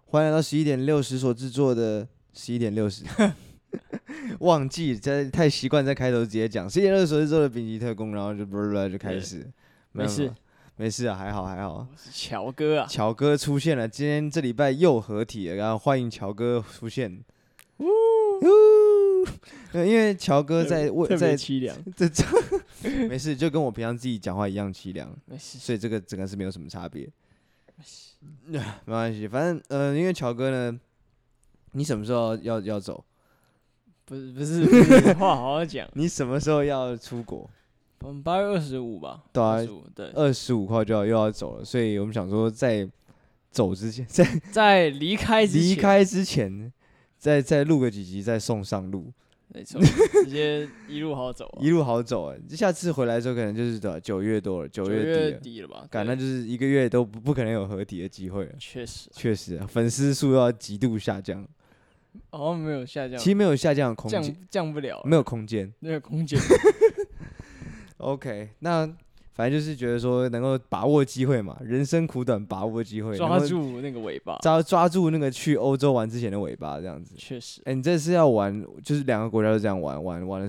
欢迎来到11:60所制作的11:60，忘记太习惯在开头直接讲11:60所制作的丙级特工，然后就开始， 没事没事啊，还好。 我是乔哥啊， 乔哥出现了，今天这礼拜又合体了，然后欢迎乔哥出现。因为乔哥在凄凉， 没事，就跟我平常自己讲话一样凄凉， 没事， 所以这个整个是没有什么差别。没关系，反正因为乔哥呢，你什么时候要走？ 不是，话好好讲。 你什么时候要出国？ 我们8月25吧。 对啊 25对 ，25号又要走了，所以我们想说，在走之前， 在离开之前，再录个几集，再送上路。 没错，直接一路好走啊， 一路好走下次回来的时候可能就是9月多了，9月底了吧？ 那就是1个月都不可能有合体的机会了。 确实， 粉丝数要极度下降。 好像没有下降， 其实没有下降的空间， 降不了， 没有空间， 没有空间。 OK， 那反正就是觉得说能够把握机会嘛，人生苦短，把握机会， 抓住那个尾巴， 抓住那个去欧洲玩之前的尾巴，这样子。 确实。 你这次要玩，就是2个国家都这样玩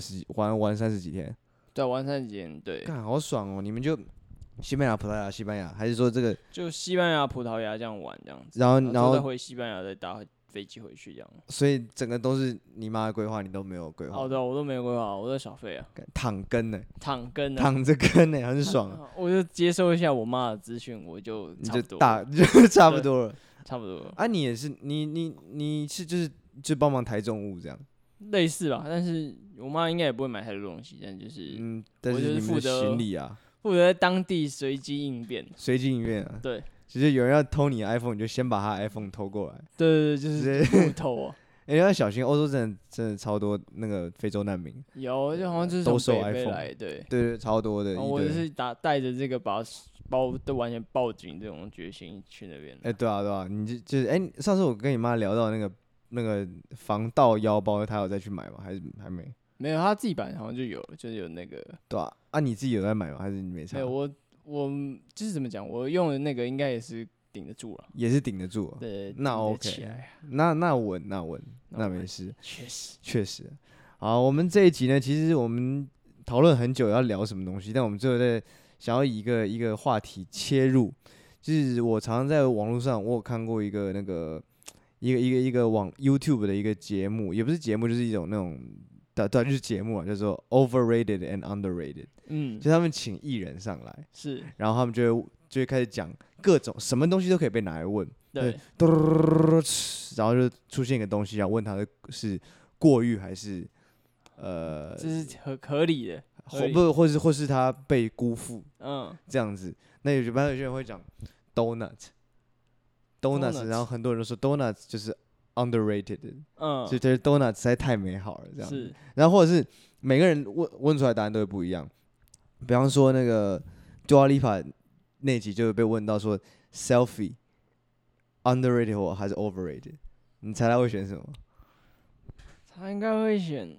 30几天。 对，玩30几天，对。 干好爽哦！你们就西班牙、葡萄牙、西班牙，还是说这个就西班牙、葡萄牙这样玩这样子， 然后再回西班牙，再搭飞机回去这样。 所以整个都是你妈的规划，你都没有规划。 好的，我都没有规划，我都小费啊。 躺跟呢？ 躺跟啊， 躺着跟呢，很爽。 我就接收一下我妈的资讯，我就差不多就差不多了。 差不多了。 啊，你也是，你是就帮忙抬重物这样。 类似吧，但是我妈应该也不会买太多东西，但就是但是你们的负责行李啊， 负责在当地随机应变啊。对， 就是有人要偷你的 iPhone， 你就先把他 iPhone 偷过来。 对，就是不偷啊。 要小心，欧洲真的超多那个非洲难民。 有，就好像就是都收北非 iPhone 来， 对，超多的。 我就是带着这个把包都完全抱紧这种决心去那边。 对啊，你就是上次我跟你妈聊到那个防盗腰包，她有再去买吗？还是还没？ 没有，她自己版好像就有，就是有那个。 对啊，你自己有在买吗？还是你没差？ 没有，我就是怎么讲，我用的那个应该也是顶得住了。 也是顶得住。 对， 那 OK， 那稳，那没事。确实。好，我们这一集呢，其实我们讨论很久要聊什么东西，但我们最后在想要以一个话题切入，就是我常常在网络上，我有看过一个那个一个YouTube 的一个节目，也不是节目，就是一种那种对，就是节目啊，叫做 Overrated and Underrated。就他们请艺人上来， 是， 然后他们就会开始讲各种什么东西都可以被拿来问， 对， 然后就出现一个东西，然后问他的是过誉还是这是合理的。 或是他被辜负，这样子。那有些人会讲 donut， 然后很多人都说 donut 就是 underrated， 就觉得 donut 实在太美好了，这样。 是， 然后或者是每个人问出来的答案都会不一样。比方说那个 Dua Lipa 那集就会被问到说 selfie underrated 还是 overrated， 你猜他会选什么？ 他应该会选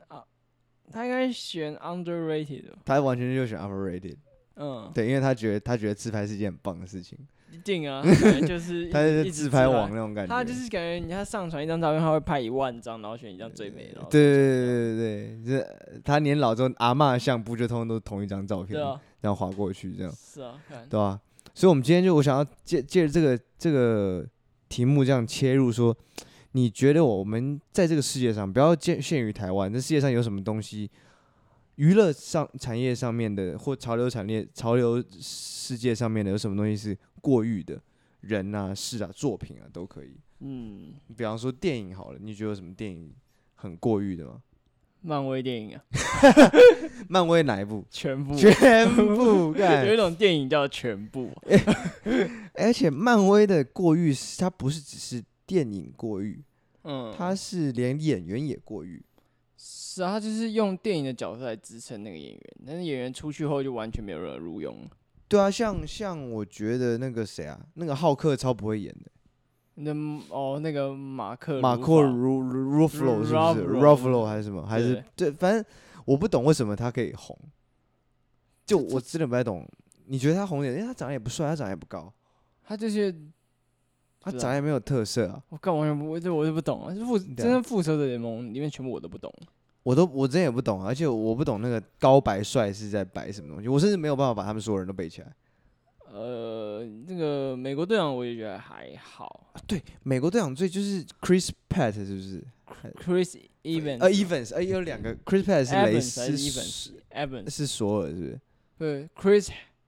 underrated 的。 他完全就选 overrated。对，因为他觉得自拍是一件很棒的事情。 一定啊，他感觉就是他是自拍王那种感觉。 他就是感觉他上传一张照片，他会拍10000张，然后选一张最美的。 对，就是他年老之后阿嬷的相簿就通通都是同一张照片，然后划过去这样。 是啊， 对吧？所以我们今天我想要借着这个题目这样切入说，你觉得我们在这个世界上，不要限于台湾，这世界上有什么东西，娱乐产业上面的，或潮流世界上面的，有什么东西是过誉的，人啊、事啊、作品啊都可以。比方说电影好了，你觉得有什么电影很过誉的吗？ 漫威电影啊。 漫威哪一部？ 全部有一种电影叫全部。 而且漫威的过誉，它不是只是电影过誉，它是连演员也过誉。 是啊，他就是用电影的角色来支撑那个演员，但是演员出去后就完全没有人录用了。 对啊，像我觉得那个谁啊，那个浩克超不会演的。 那个马克 Ruffalo 是不是 ？Ruffalo 还是什么？还是对，反正我不懂为什么他可以红。就我真的不太懂。你觉得他红点？因为他长得也不帅，他长得也不高。 他就是他长得也没有特色啊。 我完全不，这我就不懂啊。真正复仇者联盟里面全部我都不懂。 我真也不懂，而且我不懂那个高白帅是在摆什么东西，我甚至没有办法把他们所有人都背起来。 这个美国队长我也觉得还好。 对，美国队长最就是 Chris Pratt 是不是 ？Chris Evans， 有2个 Chris Pratt 是雷斯 Evans 是索尔是不是？ 对 ，Chris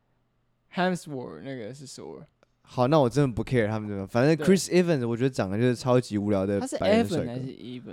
Hemsworth 那个是索尔。 好，那我真的不 care 他们怎么，反正 Chris Evans 我觉得长得就是超级无聊的白人帅哥。 他是 Evan 还是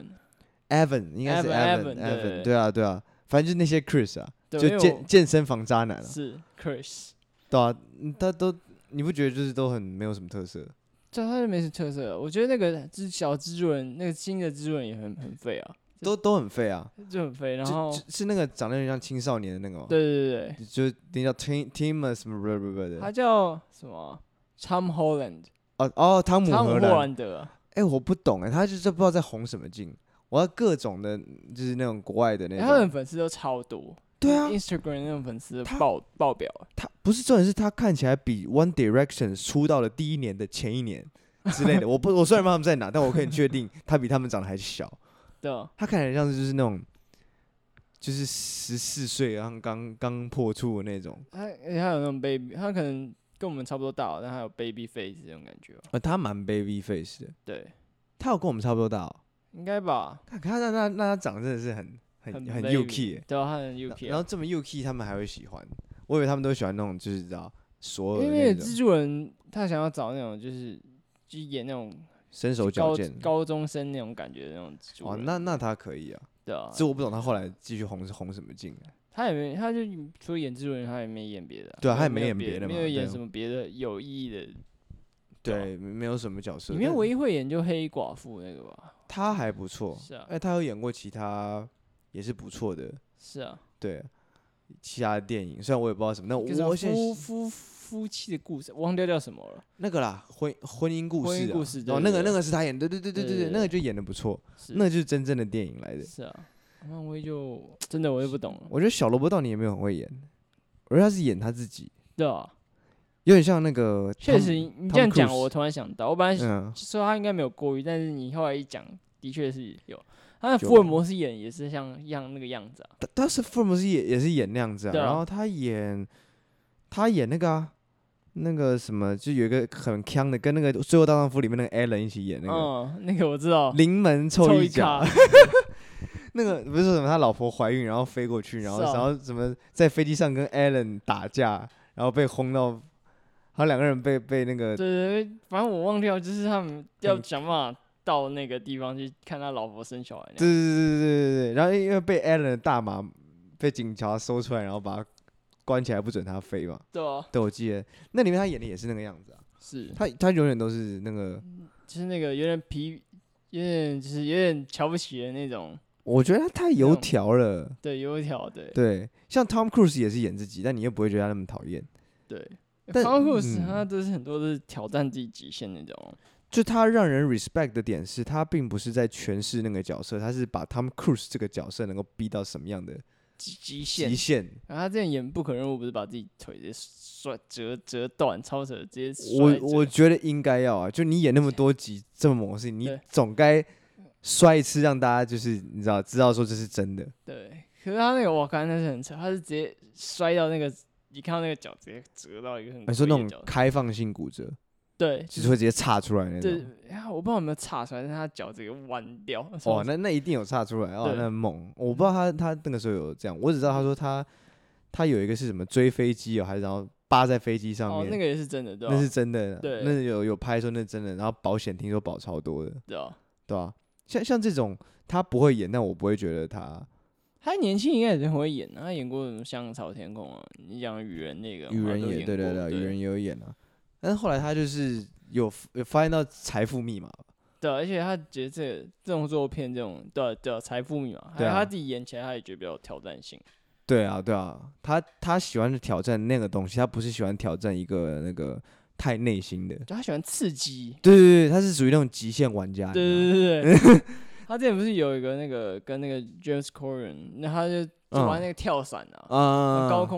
Evan 应该是 Evan， 对啊，反正就是那些 Chris 啊，就健身房渣男啊。 是 Chris， 对啊，他都你不觉得就是都很没有什么特色？ 对，他就没什么特色。我觉得那个小蜘蛛人，那个新的蜘蛛人也很废啊， 都很废啊， 就很废。然后是那个长得有点像青少年的那个吗？ 对， 就是那叫 Tim 什么的， 他叫什么 Tom Holland。 汤姆·霍兰德。 我不懂他就是不知道在红什么劲。我要各种的，就是那种国外的那种， 他们粉丝都超多。 对啊 ，Instagram 那种粉丝爆表。 他不是重点是他看起来比 One Direction 出道的第1年的前1年之类的。我虽然不知道他们在哪，但我可以确定他比他们长得还小。 对啊， 他看起来像是就是那种，就是14岁然后刚破处的那种。 而且他有那种 baby， 他可能跟我们差不多大，但他有 baby face 这种感觉。 他蛮 baby face 的。 对， 他有跟我们差不多大。 应该吧？ 看那他长得真的是很 UK， 对啊，他很 UK。 然后这么 UK， 他们还会喜欢。我以为他们都喜欢那种就是知道索尔的那种。 因为蜘蛛人他想要找那种就是演那种身手矫健高中生那种感觉的那种蜘蛛人。 那他可以啊。 对啊。 只是我不懂他后来继续红是红什么劲啊？ 他就除了演蜘蛛人，他也没演别的。 对啊，他也没演别的嘛。 没有演什么别的有意义的。 对，没有什么角色。 里面唯一会演就黑寡妇那个吧。 他还不错。 是啊。 他有演过其他也是不错的。 是啊。 对，其他的电影虽然我也不知道什么，那我夫妻的故事，忘掉叫什么了？ 那个啦，婚姻故事。婚姻故事。 那个是他演的，对，那个就演的不错，那个就是真正的电影来的。 是啊。漫威就真的我就不懂了。 我觉得小罗伯特你也没有很会演，我觉得他是演他自己。 对啊。 有点像那个。 确实，你这样讲，我突然想到，我本来说他应该没有过于，但是你后来一讲，的确是有。他的福尔摩斯演也是像那个样子啊。 他是福尔摩斯也是演那样子啊。然后他演那个啊，那个什么，就有一个很强的，跟那个《最后大丈夫》里面那个 Alan 一起演那个。 那个我知道。 临门凑一脚。那个不是说什么他老婆怀孕，然后飞过去，然后什么在飞机上跟 Alan 打架，然后被轰到。他2个人被那个。 对，反正我忘掉，就是他们要想办法到那个地方去看他老婆生小孩。 对，然后因为被 Alan 的大麻被警察搜出来，然后把他关起来，不准他飞嘛。 对啊。 对，我记得那里面他演的也是那个样子啊。 是。 他永远都是那个， 就是那个有点瞧不起的那种。 我觉得他太油条了。 对，油条。 对，像 Tom Cruise 也是演自己，但你又不会觉得他那么讨厌。 对。Tom Cruise 他都是很多都是挑战自己极限那种。 就他让人 respect 的点是，他并不是在诠释那个角色，他是把 Tom Cruise 这个角色能够逼到什么样的极限。 然后他之前演不可能任务，不是把自己腿直接折断，超扯，直接我觉得应该要啊，就你演那么多集这么猛的事情，你总该摔一次，让大家就是你知道说这是真的。 对，可是他那个我看那是很扯，他是直接摔到那个。你看到那个脚直接折到一个很， 你说那种开放性骨折， 对， 就是会直接岔出来那种。 对，我不知道有没有岔出来，但是他脚直接弯掉。 那一定有岔出来哦，那很猛。我不知道他那个时候有这样，我只知道他说他有一个是什么追飞机还是然后扒在飞机上面。 那个也是真的，对吧？ 那是真的， 对， 那有拍说那是真的，然后保险听说保超多的，对啊，像这种他不会演，但我不会觉得他。 他年轻应该也是很会演啊，他演过什么《香草天空》啊，你讲雨人那个， 雨人也对，雨人也有演啊，但是后来他就是有发现到财富密码， 对，而且他觉得这种作片这种对财富密码，他自己演起来他也觉得比较有挑战性。 对啊，他喜欢挑战那个东西，他不是喜欢挑战一个那个太内心的， 他喜欢刺激。 对，他是属于那种极限玩家。 对。他之前不是有一个那个跟那个 James Corden，那他就玩那个跳伞啊，高空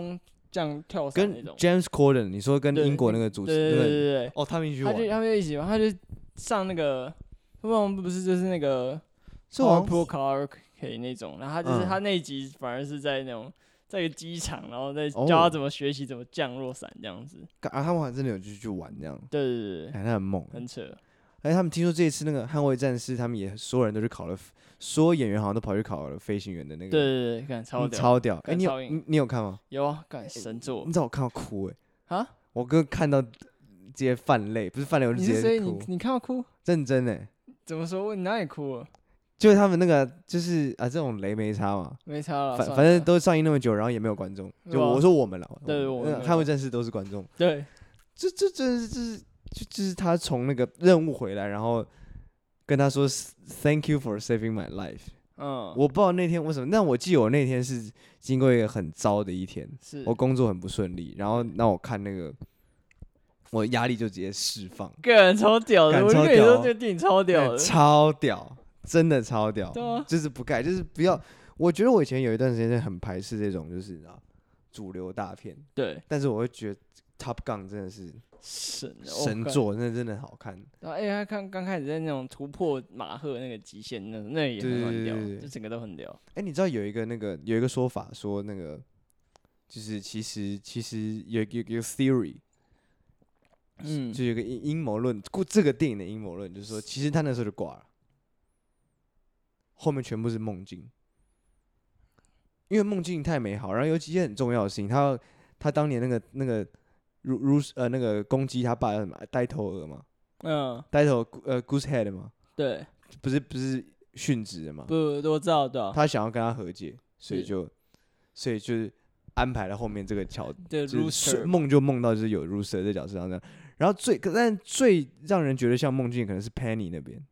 降跳伞那种。 跟 James Corden， 你说跟英国那个主持人， 对， 哦，他们一起玩， 他们就一起玩，他就上那个，不是就是那个 Power Karaoke 那种，然后他就是他那一集反而是在那种在一个机场，然后再教他怎么学习怎么降落伞这样子。 他们还真的有去玩这样。 对， 他很猛， 很扯。 他们听说这一次那个捍卫战士，他们也所有人都去考了，所有演员好像都跑去考了飞行员的那个。 对，干超屌， 超屌。你有看吗？ 有啊，干神作。 你知道我看到哭啊！ 我哥看到直接泛泪，不是泛泪，我就直接哭。 你看到哭？ 认真怎么说？你哪里哭了？ 就是他们那个，就是这种雷没差嘛， 没差了。 反正都上映那么久，然后也没有观众。就我说我们了， 对， 捍卫战士都是观众。 对， 这就是他从那个任务回来，然后跟他说 "Thank you for saving my life"。我不知道那天为什么，但我记得我那天是经过一个很糟的一天，我工作很不顺利，然后让我看那个，我压力就直接释放。 个人超屌的，我跟你说这个电影超屌的， 超屌，真的超屌。 对啊， 就是不盖，就是不要。我觉得我以前有一段时间很排斥这种，就是主流大片。 对， 但是我会觉得 Top Gun 真的是神作，真的好看。 然后他刚开始在那种突破马赫那个极限，那也很屌，就整个都很屌。 你知道有一个说法说那个，就是其实有一个 theory， 就有一个阴谋论，这个电影的阴谋论就是说，其实他那时候就挂了，后面全部是梦境，因为梦境太美好，然后有几件很重要的事情，他当年那个那个公鸡他爸叫什么？呆头鹅嘛，呆头goose head 嘛， 对， 不是殉职的嘛？ 不，我知道， 他想要跟他和解，所以就是安排了后面这个桥， 对， 梦就梦到就是有 Rooster 这角色上这样，然后但最让人觉得像梦境可能是 Penny 那边。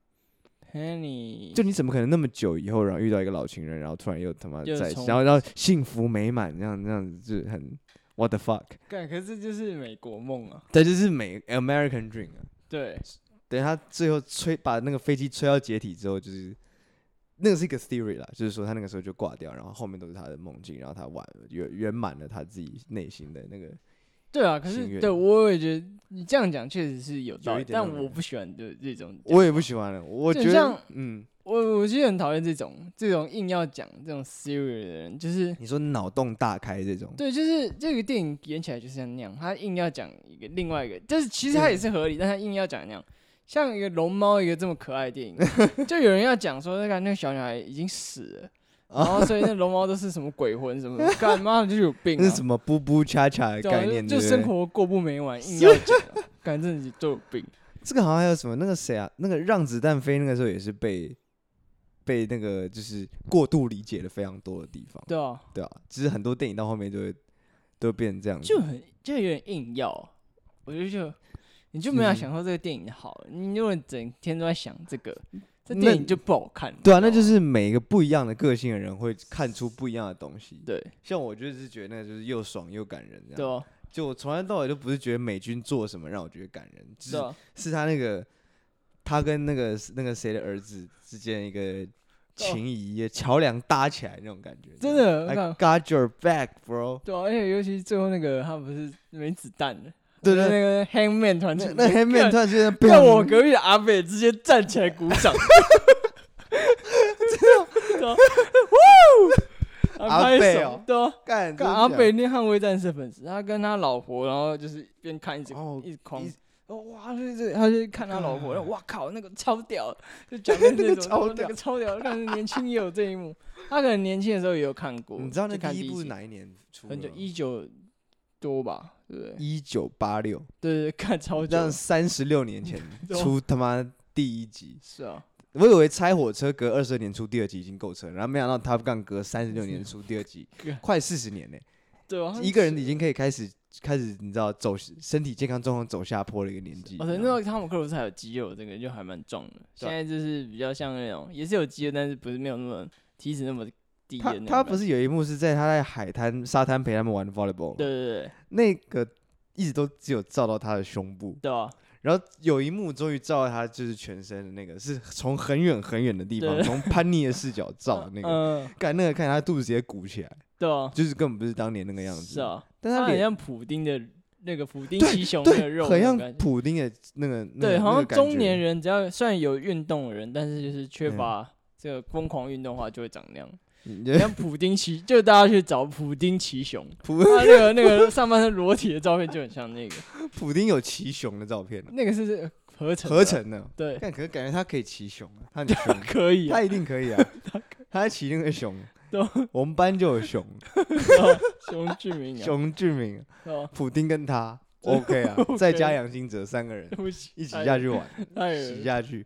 Penny， 就你怎么可能那么久以后，然后遇到一个老情人，然后突然又他妈在一起，然后幸福美满这样子，就很 What the fuck？ 可是就是美国梦啊， 对，就是American Dream 啊。对，等他最后把那个飞机吹到解体之后，就是那个是一个 theory 啦，就是说他那个时候就挂掉，然后后面都是他的梦境，然后他圆满了他自己内心的那个。 对啊，可是对我也觉得你这样讲确实是有道理，但我不喜欢这种。 我也不喜欢了，我觉得我其实很讨厌这种硬要讲这种 theory 的人，就是你说脑洞大开这种。 对，就是这个电影演起来就是像那样，他硬要讲另外一个，就是其实他也是合理，但他硬要讲那样。像一个龙猫，一个这么可爱的电影，就有人要讲说那个小女孩已经死了。然后所以那龙猫都是什么鬼魂什么，干妈就有病。 那是什么布布恰恰的概念？ 就生活过不没完，硬要讲，干真的都有病。 这个好像还有什么那个谁啊？那个让子弹飞那个时候也是被那个就是过度理解的非常多的地方。 对啊， 其实很多电影到后面都变成这样子， 就有点硬要。我觉得你就没有享受这个电影好了，你如果整天都在想这个。这电影就不好看。 对啊，那就是每个不一样的个性的人会看出不一样的东西。 对， 像我就是觉得那个就是又爽又感人这样。 对啊， 就我从来到尾都不是觉得美军做什么让我觉得感人，是他那个他跟那个谁的儿子之间一个情谊，桥梁搭起来那种感觉。 真的 ，I got your back, bro。 对啊，而且尤其最后那个他不是没子弹了。 对， 那个 Hangman 团， 那 Hangman 团现在看我隔壁的阿北直接站起来鼓掌，真的， 阿北哦， 对啊，干阿北那捍卫战士粉丝，他跟他老婆，然后就是边看一直狂，哇，他就看他老婆，哇靠，那个超屌，就讲那种那个超屌，但是年轻也有这一幕，他可能年轻的时候也有看过。 你知道那第一部是哪一年出的？ 很久，19多吧。对 ，1986， 对，看超久， 这样36年前出他妈第一集。 是啊， 我以为拆火车隔22年出第二集已经够扯，然后没想到Top Gun隔36年出第二集，快40年呢。 对啊， 一个人已经可以开始你知道走身体健康状况走下坡的一个年纪。 哦，对，那时候汤姆克鲁斯还有肌肉，这个就还蛮壮的。现在就是比较像那种，也是有肌肉，但是不是没有那么体脂那么。 他不是有一幕是在他在沙滩陪他们玩 volleyball， 对， 那个一直都只有照到他的胸部， 对啊， 然后有一幕终于照到他就是全身的那个，是从很远很远的地方，从潘妮的视角照的那个，看那个看他肚子直接鼓起来， 对啊， 就是根本不是当年那个样子。 是啊， 但他很像普丁的那个普丁鸡胸那个肉， 很像普丁的那个， 对，好像中年人只要虽然有运动的人，但是就是缺乏这个疯狂运动的话，就会长那样。像普丁骑，就大家去找普丁骑熊，他那个上半身裸体的照片就很像那个。 普丁有骑熊的照片， 那个是合成的，对。 但可是感觉他可以骑熊，他很凶， 可以， 他一定可以啊，他骑那个熊，我们班就有熊， 熊志明， 熊志明，普丁跟他 OK 啊，再加杨兴哲3个人一起下去玩，洗下去。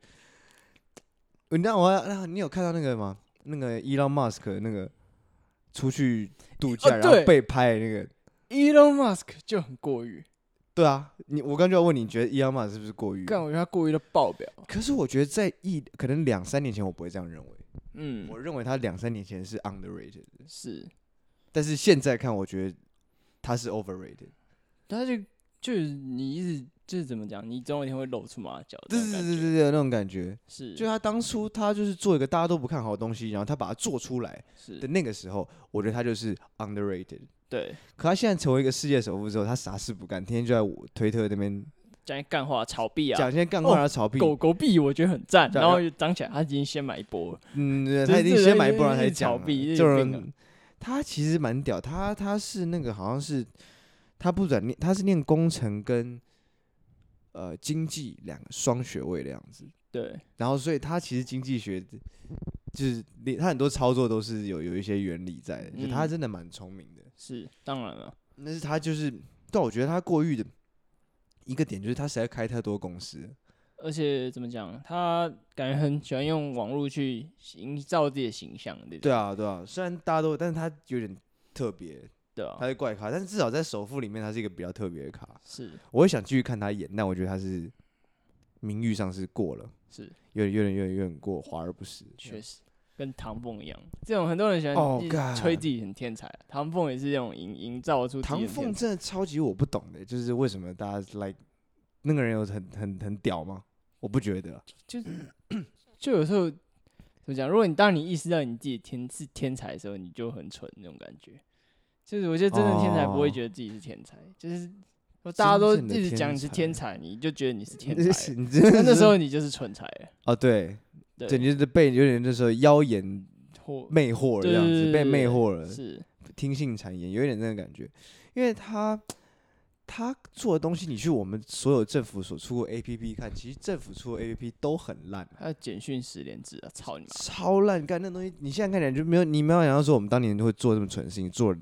你有看到那个吗？那个 Elon Musk 那个出去度假，然后被拍的那个 Elon Musk 就很过誉。 对啊，我刚就要问你，觉得 Elon Musk 是不是过誉？ 干，我觉得他过誉的爆表。 可是我觉得在可能2-3年前我不会这样认为。我认为他2-3年前是 underrated 的， 是。但是现在看，我觉得他是 overrated。 他就是你一直就是怎么讲，你总有一天会露出马脚。 对，那种感觉是。 就他当初他就是做一个大家都不看好的东西，然后他把它做出来的那个时候，我觉得他就是 underrated。 对。 可他现在成为一个世界首富之后，他啥事不干，天天就在我推特那边讲些干话、炒币啊， 讲些干话，然后炒币。 狗币我觉得很赞，然后涨起来，他已经先买一波了。 他已经先买一波，然后才讲。 炒币， 这种他其实蛮屌，他是那个好像是他不转念，他是念工程跟经济2个双学位的样子。 对。 然后所以他其实经济学就是他很多操作都是有一些原理在的，就他真的蛮聪明的。 是，当然了。 但是他就是，但我觉得他过誉的一个点就是他实在开太多公司了， 而且怎么讲，他感觉很喜欢用网络去营造自己的形象。 对啊，虽然大家都，但是他有点特别。 对啊， 他是怪咖，但是至少在首富里面，他是一个比较特别的咖。 是， 我会想继续看他演，但我觉得他是名誉上是过了， 是有点过，华而不实。 确实，跟唐凤一样，这种很多人喜欢吹自己很天才。唐凤也是这种营造出自己的天才。 唐凤真的超级我不懂的，就是为什么大家那个人有很屌吗？我不觉得， 就有时候怎么讲？如果当你意识到你自己是天才的时候，你就很蠢那种感觉。就是我觉得真正天才不会觉得自己是天才，就是大家都一直讲你是天才，你就觉得你是天才，那时候你就是蠢材了。 哦，对，你就是被有点那时候妖言魅惑了这样子，被魅惑了， 是听信谗言，有点那个感觉。因为他做的东西，你去我们所有政府所出的 APP 看，其实政府出的 APP 都很烂。 还有简讯10连制啊，操你妈！ 超烂，干那东西，你现在看起来就没有，你没有想到说我们当年会做这么蠢的事情，做了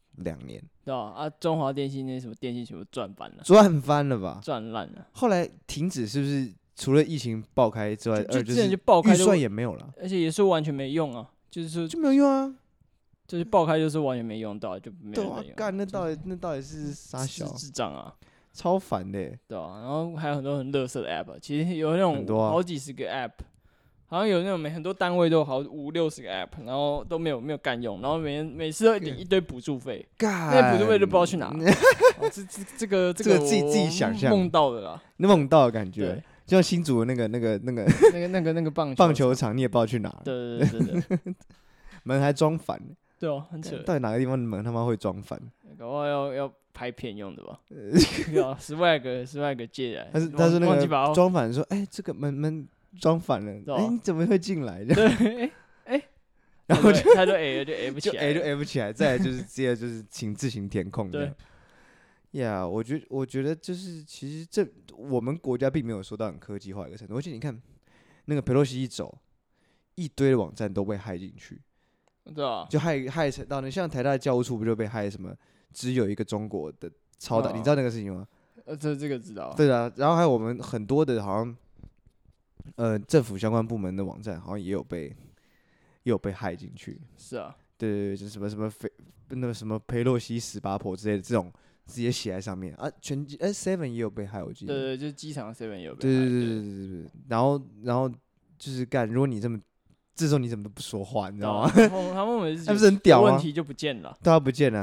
2年。 对啊，中华电信那些什么电信全部赚翻了， 赚翻了吧？ 赚烂了。 后来停止是不是？除了疫情爆开之外， 就是预算也没有了， 而且也是完全没用啊，就是说就没有用啊， 就是爆开就是完全没用到，就没有人用。 干那到底是啥小智障啊， 超烦的。 对啊，然后还有很多很垃圾的 app， 其实有那种好几十个 app。好像有那种很多单位都有好50-60个 app， 然后都没有干用，然后每次都领一堆补助费，那补助费就不知道去哪。这个自己想象梦到的啦， 梦到的感觉，就像新竹的那个棒球场，你也不知道去哪。 对， 门还装反。 对啊，很扯。 到底哪个地方的门他妈会装反？ 搞不好要拍片用的吧？10万个借来。 他说那个装反说，这个门装反了，你怎么会进来？ 对，然后他就 A 不起来， 就 A 不起来，再来就是直接就是请自行填空。对，呀，我觉得就是其实我们国家并没有说到很科技化一个程度，而且你看那个佩洛西一走，一堆的网站都被害进去， 对啊， 就害成到像台大教务处不就被害什么只有一个中国的超大，你知道那个事情吗？ 这个知道。 对啊，然后还有我们很多的好像。政府相关部门的网站好像也有被害进去。 是啊， 对，就什么什么佩洛西18婆之类的这种直接写在上面啊。7也有被害，我记得。 对，就是机场7也有被害。 对。然后就是干，如果你这时候你怎么都不说话，你知道吗？ 他们不是很屌吗？ 问题就不见了， 对啊，不见了。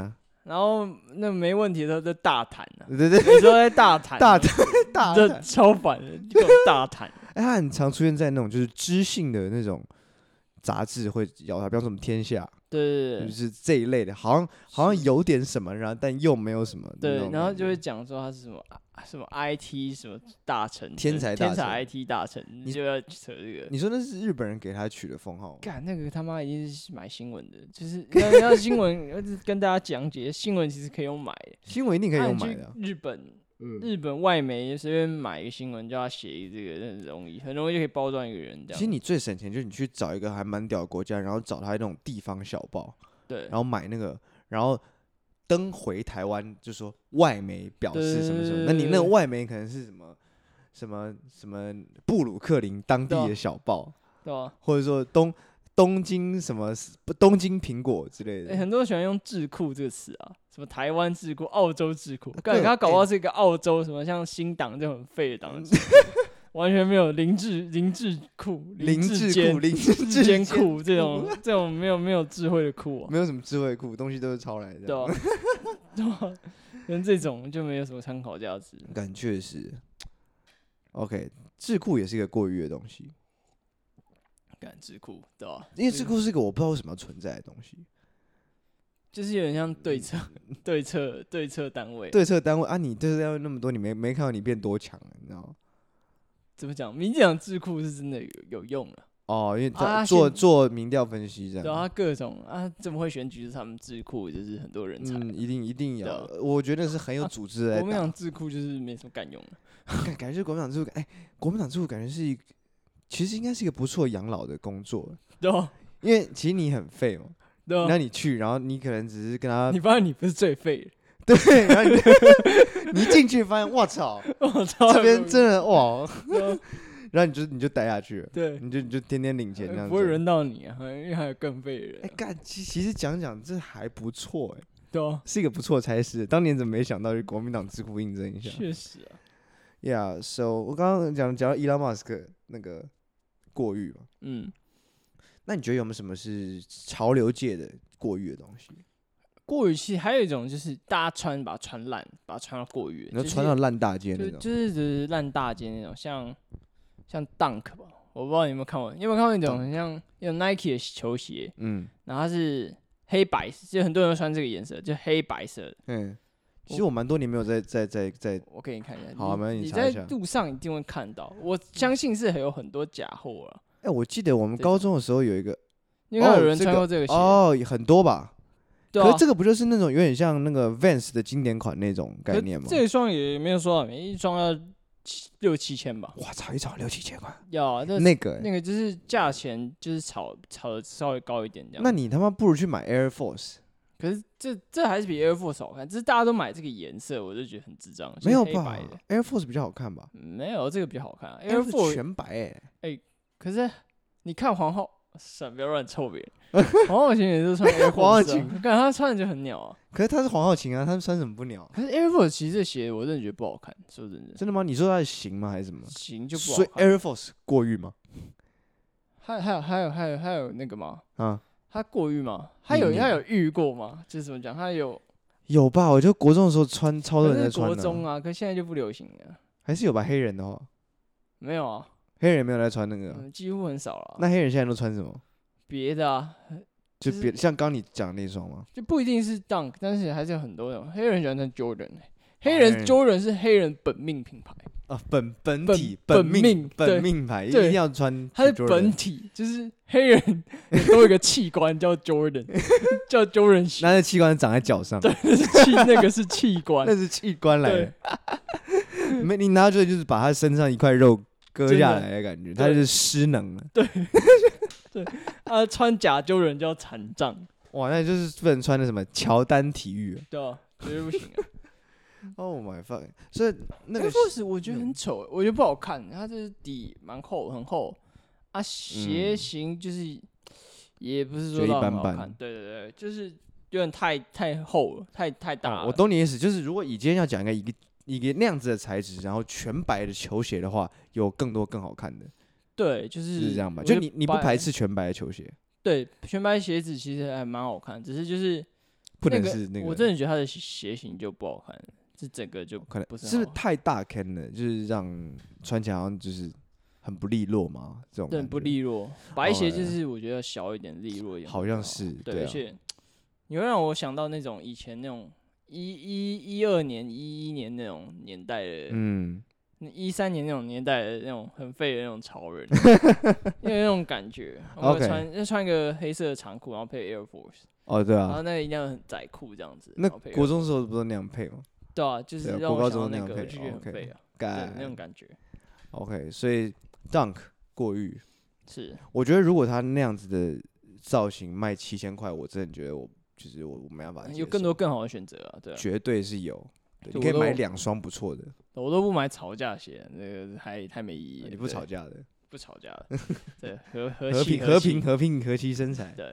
然后那没问题的时候就大谈啊， 对对， 有时候在大谈，这谈， 超烦的，就大谈。 哎，他很常出现在那种就是知性的那种杂志会咬他，比方说什么《天下》， 对就是这一类的，好像有点什么，然后但又没有什么。 对，然后就会讲说他是什么 IT 什么大臣， 天才 IT 大臣，你就要扯这个。 你说那是日本人给他取的封号吗？ 干那个他妈一定是买新闻的，就是要新闻，要跟大家讲解，新闻其实可以用买的， 新闻一定可以用买的啊。 日本外媒随便买一个新闻，叫他写一这个，很容易就可以包装一个人这样。 其实你最省钱就是你去找一个还蛮屌的国家，然后找他那种地方小报， 对， 然后买那个，然后登回台湾，就说外媒表示什么什么，那你那个外媒可能是什么布鲁克林当地的小报， 对吧？ 或者说东京什么东京苹果之类的。 很多人喜欢用智库这个词啊，什么台湾智库、澳洲智库，他搞到是一个澳洲什么像新党这种很废的党，完全没有零智库、零智监库这种没有智慧的库啊， 没有什么智慧库，东西都是抄来的。 对啊，对啊，跟这种就没有什么参考价值。 感确实 ，OK， 智库也是一个过誉的东西。 智库对吧？ 因为智库是一个我不知道为什么要存在的东西， 就是有点像对策单位。 对策单位啊，你对策单位那么多，你没看到你变多强了，你知道吗？ 怎么讲？民进党智库是真的有用了。 哦，因为他做民调分析这样。 对啊，各种啊，这么会选举是他们智库，就是很多人才。 一定要。我觉得是很有组织的。 国民党智库就是没什么敢用的。 感觉国民党智库，国民党智库感觉是其实应该是一个不错养老的工作。 对啊， 因为其实你很废嘛。 对啊。 那你去，然后你可能只是跟他， 你发现你不是最废的。 对，然后你一进去发现，我操，这边真的哇。然后你就待下去了， 对， 你就天天领钱这样子， 不会轮到你啊，因为还有更废的人。 干，其实讲这还不错对啊， 是一个不错的差事。当年怎么没想到去国民党智库应征一下？ 确实啊。 Yeah，so 我刚刚讲到伊隆马斯克那个过誉嘛，那你觉得有没有什么是潮流界的过誉的东西？ 过誉其实还有一种就是大家把它穿烂，把它穿到过誉， 你说穿到烂大街那种， 就是烂大街那种，像 Dunk 吧，我不知道你有没有看过，你有没有看过那种很像有 Nike 的球鞋，然后它是黑白，就很多人都穿这个颜色，就黑白色的。 其实我蛮多年没有在， 我给你看一下。 好， 你在路上一定会看到，我相信是有很多假货了。 我记得我们高中的时候有一个， 你看有人穿过这个鞋很多吧？ 对啊。 可是这个不就是那种有点像那个 Vans 的经典款那种概念吗？ 这一双也没有说到，一双要6-7千吧。 哇操，一双6-7千块。 要那个就是价钱就是炒的稍微高一点这样。 那你他妈不如去买 Air Force。 可是这还是比 Air Force 好看，只是大家都买这个颜色，我就觉得很智障。 没有吧 ？Air Force 比较好看吧？ 没有，这个比较好看。 Air Force 全白可是你看皇后，算不要乱臭别人。皇后琴也是穿 Air Force， 皇后琴， 感觉他穿的就很鸟啊。 可是他是皇后琴啊，他穿什么不鸟？ 可是 Air Force 其实这鞋我真的觉得不好看，说真的。 真的吗？你说它的型吗？还是什么？ 型就不好看。 所以 Air Force 过誉吗？ 还有那个吗？他过誉吗？他有誉过吗？就是怎么讲？他有吧？我觉得国中的时候穿超多人在穿国中啊，可现在就不流行了。 还是有吧？黑人的话没有啊， 黑人没有在穿那个， 几乎很少了。 那黑人现在都穿什么？ 别的啊， 就别像刚你讲的那双吗？ 就不一定是 Dunk， 但是还是有很多种黑人喜欢穿 Jordan， 黑人 Jordan 是黑人本命品牌啊，本命牌一定要穿， 它是本体，就是黑人都有一个器官叫 Jordan， 叫 Jordan 鞋， 那器官长在脚上， 对，那个是器官， 那是器官来的。你拿出来就是把他身上一块肉割下来的感觉，他就是失能了。 对，穿假Jordan叫残障。 哇，那就是不能穿的什么乔丹体育， 对啊，绝对不行啊。 Oh my fuck！ 所以那个 Air Force 我觉得很丑，我觉得不好看。它这底蛮厚，很厚啊，鞋型就是也不是说到很好看，对，就是有点太厚了，太大了。 我懂你意思，就是如果你今天要讲一个那样子的材质，然后全白的球鞋的话，有更多更好看的。 对，就是这样吧。就你不排斥全白的球鞋？ 对，全白鞋子其实还蛮好看，只是就是不能是那个。 我真的觉得它的鞋型就不好看，这整个就可能不是是不是太大坑了，就是让穿起来好像就是很不利落嘛，这种对，不利落。白鞋就是我觉得小一点，利落一点。 好像是， 对，而且你会让我想到那种以前那种12年、11年那种年代的，13年那种年代的那种很废的那种潮人，因为那种感觉。我们穿一个黑色的长裤，然后配 Air Force。 哦，对啊。 然后那个一定要很窄裤这样子。 那国中的时候不都那样配吗？ 对啊，就是让我想到那个，我就觉得很废啊，对那种感觉。 OK， 所以 Dunk 过誉是， 我觉得如果他那样子的造型卖7000块，我真的觉得我没办法接受。 有更多更好的选择啊，对啊， 绝对是有。你可以买2双不错的。 我都不买吵架鞋，那个太没意义。 你不吵架的？ 不吵架的，对， 和气生财。 对，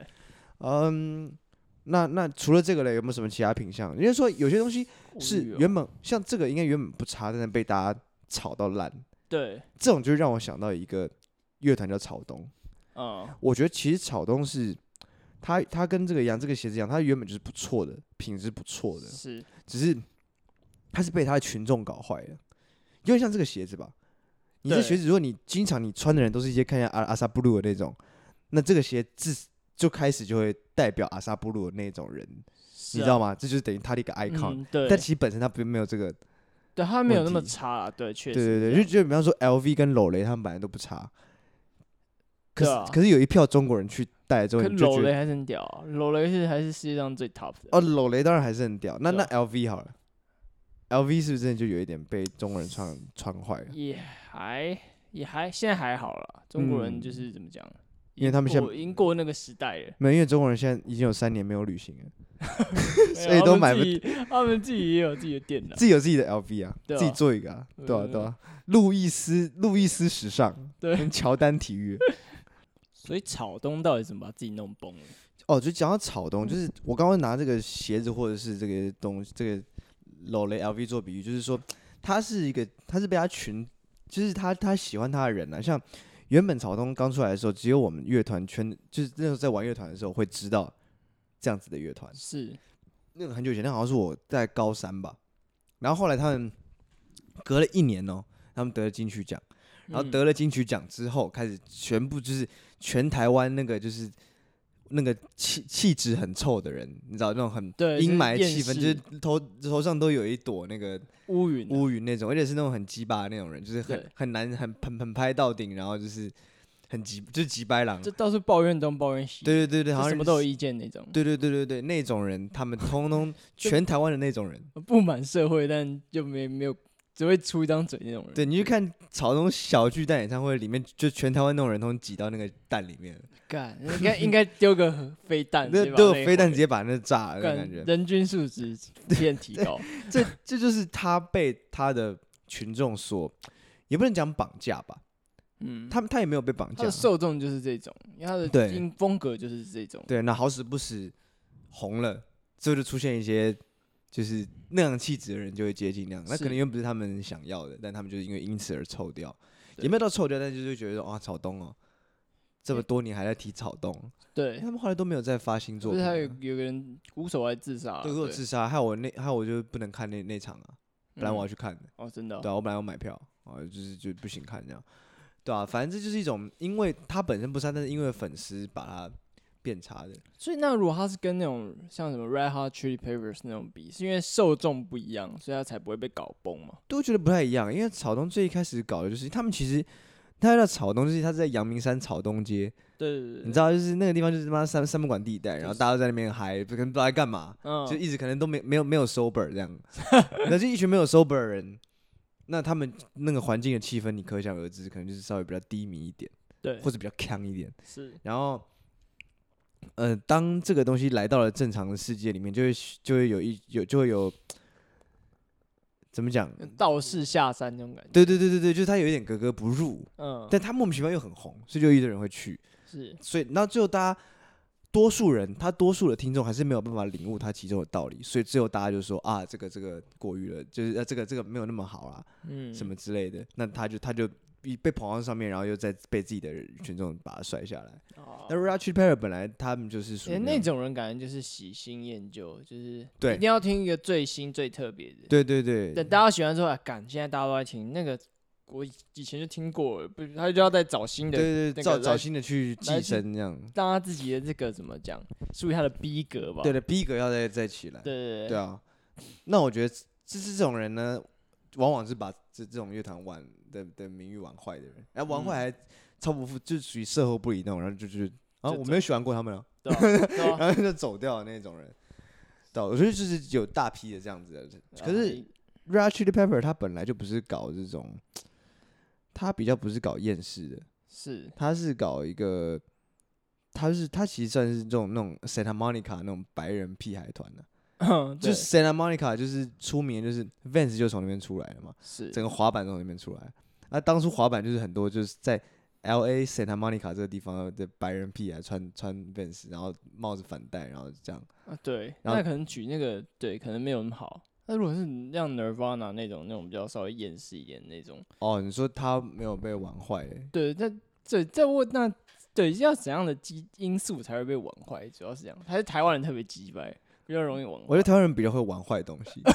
那除了这个嘞，有没有什么其他品项？因为说有些东西是原本像这个应该原本不差，但是被大家炒到烂。 对， 这种就让我想到一个乐团叫草东。我觉得其实草东是它跟这个一样，这个鞋子一样，它原本就是不错的，品质不错的， 是， 只是它是被它的群众搞坏了。有点像这个鞋子吧？你这鞋子，如果你经常你穿的人都是一些看一下阿萨布鲁的那种，那这个鞋子就开始就会代表阿萨布鲁的那种人，你知道吗？这就是等于他的一个 icon。但其实本身他没有这个， 对他没有那么差啊。对，确实。 对，就比方说 LV 跟 Lowry 他们本来都不差，可是有一票中国人去戴之后， 可 Lowry 还是很屌啊。Lowry 还是世界上最 top 的。 哦，Lowry 当然还是很屌。那 LV 好了。LV 是不是真的就有一点被中国人穿坏了？ 也还，现在还好了。中国人就是怎么讲？ 因为他们现在已经过那个时代了。 没有，因为中国人现在已经有3年没有旅行了，所以都买不。 他们自己也有自己的店了， 自己有自己的 LV 啊， 自己做一个啊，对啊。路易斯时尚，跟乔丹体育。 所以草东到底怎么把自己弄崩了？ 哦，就讲到草东，就是我刚刚拿这个鞋子或者是这个东西，这个。Lowry LV 做比喻，就是说他是被他就是他喜欢他的人啊。像原本草东刚出来的时候，只有我们乐团圈，就是那时候在玩乐团的时候会知道这样子的乐团。 是那个很久以前，那好像是我在高3吧。然后后来他们隔了1年哦，他们得了金曲奖，然后得了金曲奖之后，开始全部就是全台湾那个就是那个气质很臭的人，你知道那种很阴霾气氛，就是头上都有一朵那个乌云那种，而且是那种很鸡巴的那种人，就是很难很拍到顶，然后就是就是鸡掰狼， 就到处抱怨东抱怨西， 对，好像什么都有意见那种， 对，那种人，他们通通全台湾的那种人， 不满社会，但就没有。只会出一张嘴那种人。 对，你去看草东小巨蛋演唱会里面，就全台湾那种人都挤到那个蛋里面。 干，应该丢个飞弹， 都有飞弹直接把那炸了，感觉。 人均素质偏提高。 这就是他被他的群众所，也不能讲绑架吧。他也没有被绑架。 他的受众就是这种，因为他的风格就是这种。 对，那好死不死红了，之后就出现一些。就是那样气质的人就会接近那样，那可能因为不是他们想要的，但他们就是因此而臭掉，也没有到臭掉，但就是觉得哇，草东哦，这么多年还在提草东， 对， 他们后来都没有再发新作品。 不是还有个人鼓手还自杀， 对，自杀，害我就不能看那场啊，本来我要去看的， 哦，真的， 对啊，我本来要买票啊，就不行看这样，对啊，反正这就是一种，因为他本身不差，但是因为粉丝把他。变差的， 所以那如果他是跟那种像什么 Red Hot Chili Peppers 那种比，是因为受众不一样，所以他才不会被搞崩嘛？ 对，我觉得不太一样，因为草东最一开始搞的就是他们其实他叫草东，就是他是在阳明山草东街， 对， 你知道，就是那个地方就是他妈三不管地带，然后大家都在那边嗨，可能不知道在干嘛，就一直可能都没有 sober 这样，那就一群没有 sober 的人，那他们那个环境的气氛，你可想而知，可能就是稍微比较低迷一点， 对， 或者比较呛一点， 是， 然后。当这个东西来到了正常的世界里面，就会有怎么讲？ 道士下山那种感觉。 对，就是他有一点格格不入。但他莫名其妙又很红，所以就一堆人会去。 是， 所以那最后大家多数的听众还是没有办法领悟他其中的道理，所以最后大家就说啊，这个过誉了，就是这个没有那么好啦，什么之类的。那他就被捧到上面，然后又再被自己的群众把他甩下来。那 Red Hot Chili Pepper 本来他们就是属于那种人，感觉就是喜新厌旧，就是对一定要听一个最新最特别的。 对对对， 等大家喜欢之后，现在大家都在听那个，我以前就听过了，不，他就要再找新的， 对对，找新的去寄生这样， 让他自己的这个怎么讲，属于他的逼格吧。 对的，逼格要再起来。 对对啊，那我觉得这种人呢，往往是把这种乐团的名誉玩坏的人，然后玩坏还超不负，就属于售后不理那种，然后就是我没有喜欢过他们了， 对啊， 然后就走掉的那种人。对，我觉得就是有大批的这样子的人。可是 Red Hot Chili Pepper 他本来就不是搞这种，他比较不是搞厌世的，他是搞一个，他其实算是那种 Santa Monica 那种白人屁孩团的。就是 Santa Monica 就是出名，就是 Vans 就从那边出来的嘛，整个滑板都从那边出来。那当初滑板就是很多就是在 LA Santa Monica 这个地方的白人屁孩穿 Vans， 然后帽子反戴，然后这样。 对，那可能举那个对，可能没有那么好。那如果是像 Nirvana 那种比较稍微厌世一点那种， 你说他没有被玩坏？ 对，对要怎样的因素才会被玩坏？主要是这样，还是台湾人特别鸡掰？比较容易玩坏。 我觉得台湾人比较会玩坏东西，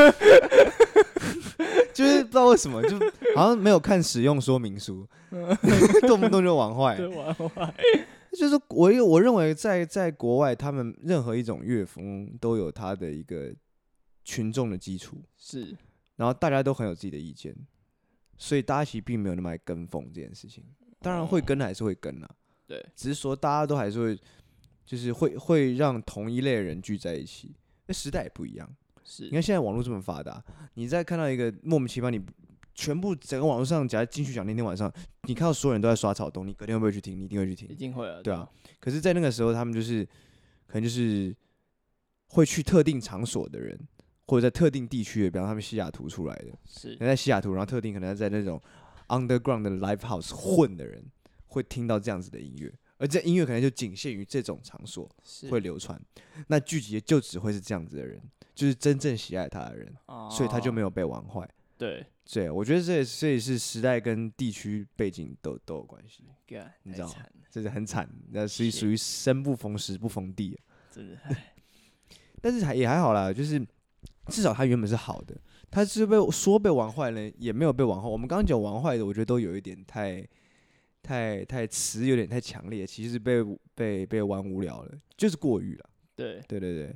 就是不知道为什么，就好像没有看使用说明书，动不动就玩坏。 对，玩坏。 就是我认为在国外，他们任何一种乐风都有它的一个群众的基础， 是， 然后大家都很有自己的意见，所以大家其实并没有那么爱跟风这件事情。当然会跟还是会跟啦， 对， 只是说大家都还是会。就是会让同一类的人聚在一起，那时代也不一样。 是， 你看现在网络这么发达，你再看到一个莫名其妙，你全部整个网络上，假如金曲奖那天晚上，你看到所有人都在刷草东，你隔天会不会去听？你一定会去听， 一定会啊。 对啊。可是，在那个时候，他们就是可能就是会去特定场所的人，或者在特定地区的，比方他们西雅图出来的， 是在西雅图，然后特定可能在那种 underground 的 live house 混的人，会听到这样子的音乐。而这音乐可能就仅限于这种场所会流传，那聚集就只会是这样子的人，就是真正喜爱他的人，所以他就没有被玩坏。 对， 我觉得这也是时代跟地区背景都有关系，你知道吗？这是很惨，那属于生不逢时不逢地， 真的。 但是也还好啦，就是至少他原本是好的，他是被玩坏了，也没有被玩坏。我们刚刚讲玩坏的，我觉得都有一点太词有点太强烈，其实被玩无聊了，就是过誉了。对，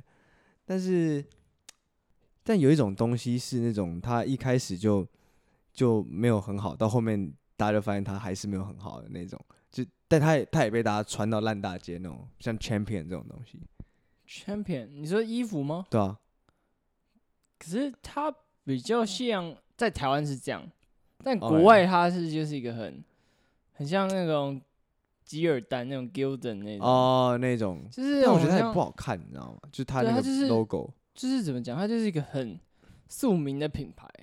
但有一种东西是那种他一开始就没有很好，到后面大家就发现他还是没有很好的那种，但他也被大家传到烂大街那种，像 Champion 这种东西。 Champion， 你说衣服吗？ 对啊。 可是他比较像在台湾是这样，但国外他就是一个很像那种吉尔丹那种 Gildan 那种那种， 就是但我觉得他也不好看，你知道吗？就是他那个 logo， 就是怎么讲，他就是一个很庶民的品牌。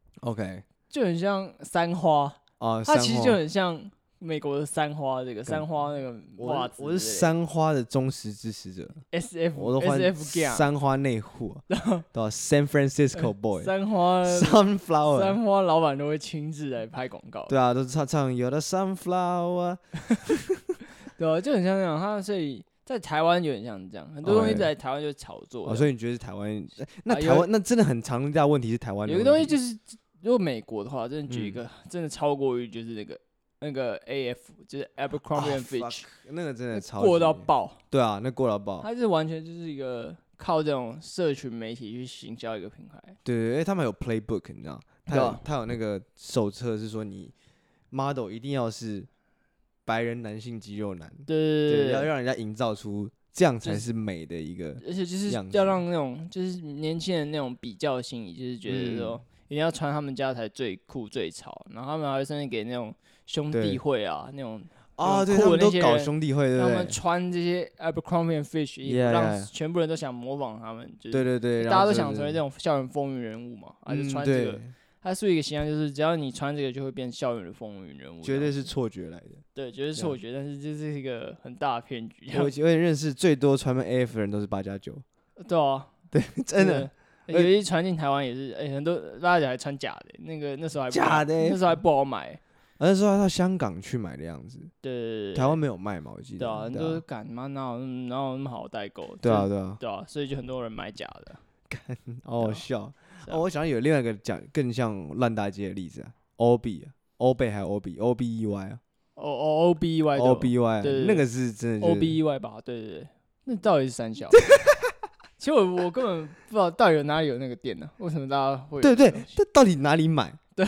OK， 就很像三花它其实就很像美国的三花这个三花那个袜子。 我是三花的忠实支持者 ，SF， 我都换三花内裤，对吧 ？San Francisco Boy， 三花 Sunflower， 三花老板都会亲自来拍广告。 对啊，都是唱有的 Sunflower， 对啊，就很像那样。他所以在台湾有点像这样，很多东西在台湾就炒作。 所以你觉得是台湾？那台湾那真的很常见问题是台湾有一个东西就是，如果美国的话，真的举一个真的超过于就是那个 AF 就是 Abercrombie and Fitch， 那个真的超过到爆。 对啊，那过到爆。 它是完全就是一个靠这种社群媒体去行销一个品牌。 对，他们有 playbook， 你知道，他有那个手册是说你 model 一定要是白人男性肌肉男，对，要让人家营造出这样才是美的一个， 而且就是要让那种就是年轻人那种比较心理，就是觉得说一定要穿他们家才最酷最潮，然后他们还会甚至给那种兄弟会啊那种对，他们都搞兄弟会，对不对？ 他们穿这些 Abercrombie and Fitch 衣服，让全部人都想模仿他们， 对， 大家都想成为这种校园风云人物嘛，就穿这个。它是一个形象，就是只要你穿这个，就会变校园的风云人物。 绝对是错觉来的。 对，绝对是错觉，但是这是一个很大的骗局。 我认识最多穿 AF 的人都是8+9。 对啊， 对，真的。 有一传进台湾也是，很多大家还穿假的，那时候还假的， 那时候还不好买。 那时候他到香港去买的样子， 对， 台湾没有卖嘛，我记得。 对啊，你都干嘛哪有那么好代购？ 对啊， 对啊，所以就很多人买假的。 好好笑。我想有另外一个讲更像烂大街的例子啊，OB 还有 OBEY 啊 ，OBEY， 对，那个是真的 OBEY 吧？对，那到底是三小？其实我根本不知道到底哪里有那个店呢？为什么大家会？ 对，这到底哪里买？ 对。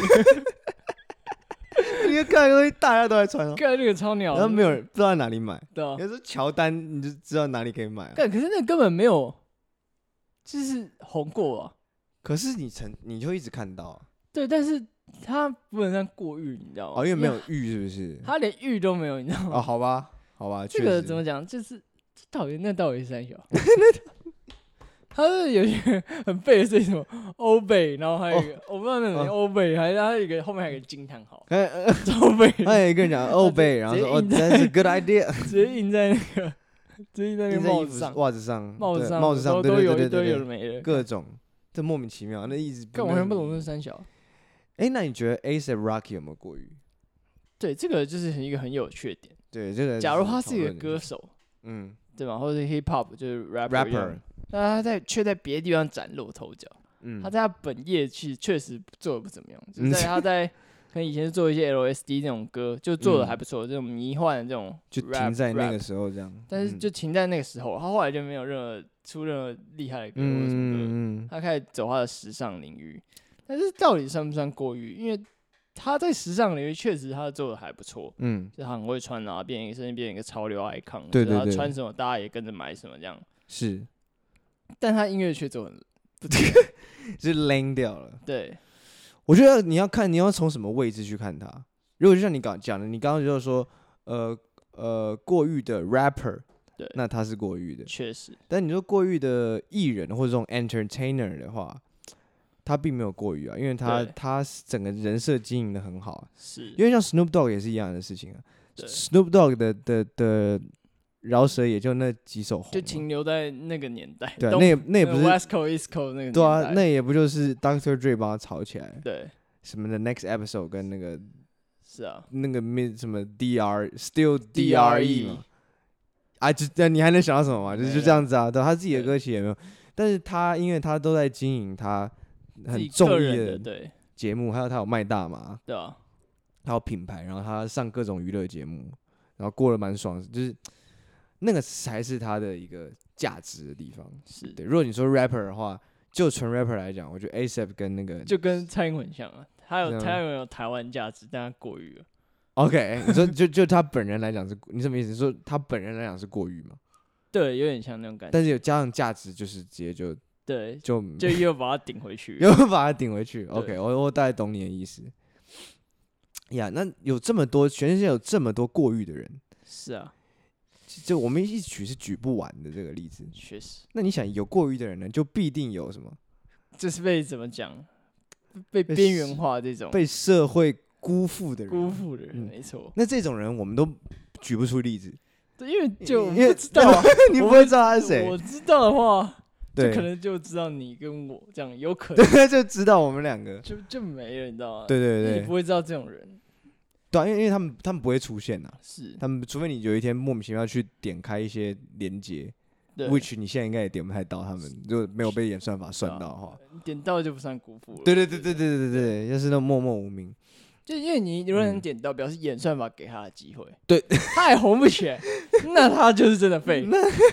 你看东西大家都在穿哦， 干那个超鸟， 然后没有人不知道在哪里买。 对啊， 有时候乔丹你就知道哪里可以买啊。 可是那根本没有，就是红过啊。 可是你就一直看到啊。 对，但是他不能算过誉，你知道吗？ 哦，因为没有誉是不是？ 他连誉都没有，你知道吗？ 哦，好吧， 这个怎么讲？就是到底是三小？他是有一个很废的是什么欧贝，然后还有一个我不知道那种欧贝，还有一个后面还有一个惊叹号，欧贝， 他有一个人讲欧贝，然后说哦，That's a good idea， 直接印在那个帽子上、 袜子上、 帽子上都有一堆有的没的， 各种，这莫名其妙，那一直完全不懂这是三小。 那你觉得 A$AP Rocky 有没有过誉？ 对，这个就是一个很有缺点。 对，这个假如他是一个歌手，对吧？或者 hip hop 就是 rapper， 但他却在别的地方崭露头角。他在他本业确实做的不怎么样，就是他在可能以前做一些 LSD 那种歌，就做的还不错，这种迷幻的这种 rap， 就停在那个时候这样。 但是就停在那个时候，他后来就没有出任何厉害的歌或什么歌，他开始走他的时尚领域。但是到底算不算过誉？因为他在时尚领域确实他做的还不错，就是他很会穿啊，甚至变成一个潮流 icon， 对， 他穿什么大家也跟着买什么这样。 是， 但他音乐却做很不对， 就是 lame 掉了。 对， 我觉得你要从什么位置去看他。如果就像你讲的，你刚刚就是说，过誉的 rapper， 对， 那他是过誉的， 确实。 但你说过誉的艺人或者这种 entertainer 的话，他并没有过誉啊，因为他整个人设经营的很好啊。 是， 因为像 Snoop Dogg 也是一样的事情啊。Snoop Dogg 的饶舌也就那几首红， 就停留在那个年代。 对，那也不是 West Coast East Coast 那个年代。 对啊，那也不就是 Dr. Dre 帮他炒起来。 对， 什么的 Next Episode 跟那个是啊， 那个什么 Still DRE 嘛。你还能想到什么嘛？就这样子啊。对，他自己的歌曲也没有，但是因为他都在经营他很重义的节目，还有他有卖大麻， 对啊， 他有品牌，然后他上各种娱乐节目，然后过得蛮爽的，就是那个才是他的一个价值的地方。 是对，如果你说 rapper 的话，就纯 rapper 来讲，我觉得 A$AP 跟那个就跟蔡英文很像啊，他有台湾价值，但他过誉了。 OK， 你说就他本人来讲是，你什么意思？你说他本人来讲是过誉吗？ 对，有点像那种感觉。 但是有加上价值，就是直接就对， 就又把它顶回去， 又把它顶回去。OK， 我大概懂你的意思。呀，那有这么多，全世界有这么多过誉的人， 是啊， 就我们一举是举不完的这个例子。 确实。 那你想有过誉的人呢，就必定有什么？ 就是被怎么讲？被边缘化这种， 被社会辜负的人， 没错。 那这种人我们都举不出例子， 对，因为不知道啊， 你不会知道他是谁。 我知道的话， 对， 就可能就知道你跟我这样，有可能对，就知道我们两个就没了，你知道吗？ 对， 你不会知道这种人。 对啊，因为他们不会出现啊， 是他们除非你有一天莫名其妙去点开一些连结，which 你现在应该也点不太到，他们就没有被演算法算到的话， 点到就不算辜负了。 对，就是那种默默无名。 就因为你如果能点到，表示演算法给他的机会。 对， 他还红不起来，那他就是真的废。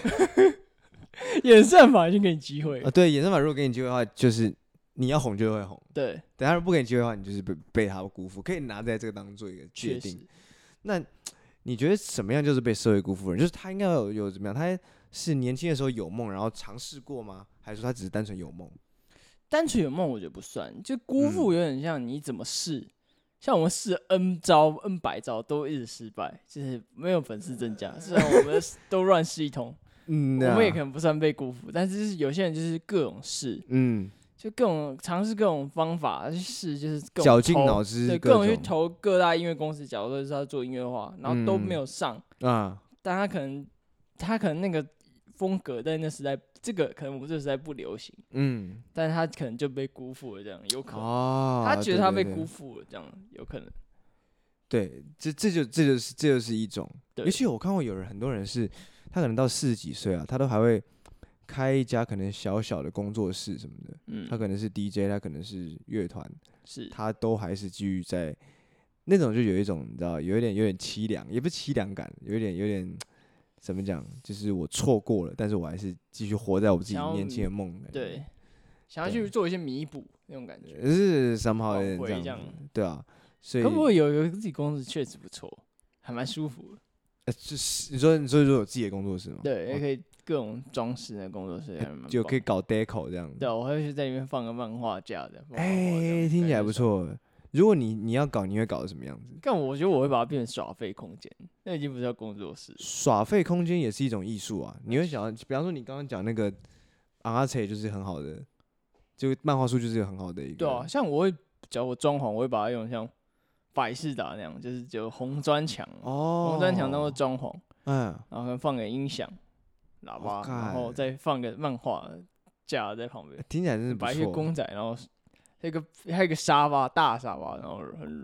演算法已经给你机会啊，对，演算法如果给你机会的话，就是你要红就会红。 对， 等他不给你机会的话，你就是被他辜负，可以拿在这个当做一个界定。那你觉得什么样就是被社会辜负的人？就是他应该有怎么样？他是年轻的时候有梦，然后尝试过吗？还是说他只是单纯有梦？ 单纯有梦我觉得不算，就辜负有点像你怎么试。像我们试 N 招 N 百招都一直失败，就是没有粉丝增加。虽然我们都乱试一通，我们也可能不算被辜负，但是有些人就是各种试，就各种尝试各种方法去试，就是各种绞尽脑汁， 对，各种去投各大音乐公司，假如说是他做音乐化，然后都没有上啊，但他可能那个风格在那时代，这个可能我们这个时代不流行，但是他可能就被辜负了，这样有可能，他觉得他被辜负了，这样有可能。 对，这就是一种。 对而且我看过很多人是，他可能到40几岁啊，他都还会开一家可能小小的工作室什么的。他可能是 DJ， 他可能是乐团， 是他都还是继续在那种，就有一种你知道，有点凄凉，也不是凄凉感，有点怎么讲，就是我错过了，但是我还是继续活在我自己年轻的梦。 对，想要去做一些弥补那种感觉， 是somehow有这点这样，对啊。所以， 可不可以有自己工作室确实不错，还蛮舒服的。 就是你说有自己的工作室吗？ 对，也可以各种装饰的工作室， 就可以搞 deco 这样子。 对，我会去在里面放个漫画架的。 听起来不错。如果你要搞，你会搞成什么样子？ 但我觉得我会把它变成耍废空间，那已经不叫工作室。 耍废空间也是一种艺术啊！你会想要，比方说你刚刚讲那个阿切就是很好的，就漫画书就是很好的一个。 对啊，像我会，假如我装潢，我会把它用像百事达那样，就是只有红砖墙，红砖墙当做装潢，然后可能放个音响、喇叭，然后再放个漫画架在旁边， 听起来真是不错。 摆一些公仔，然后还有一个沙发，大沙发，然后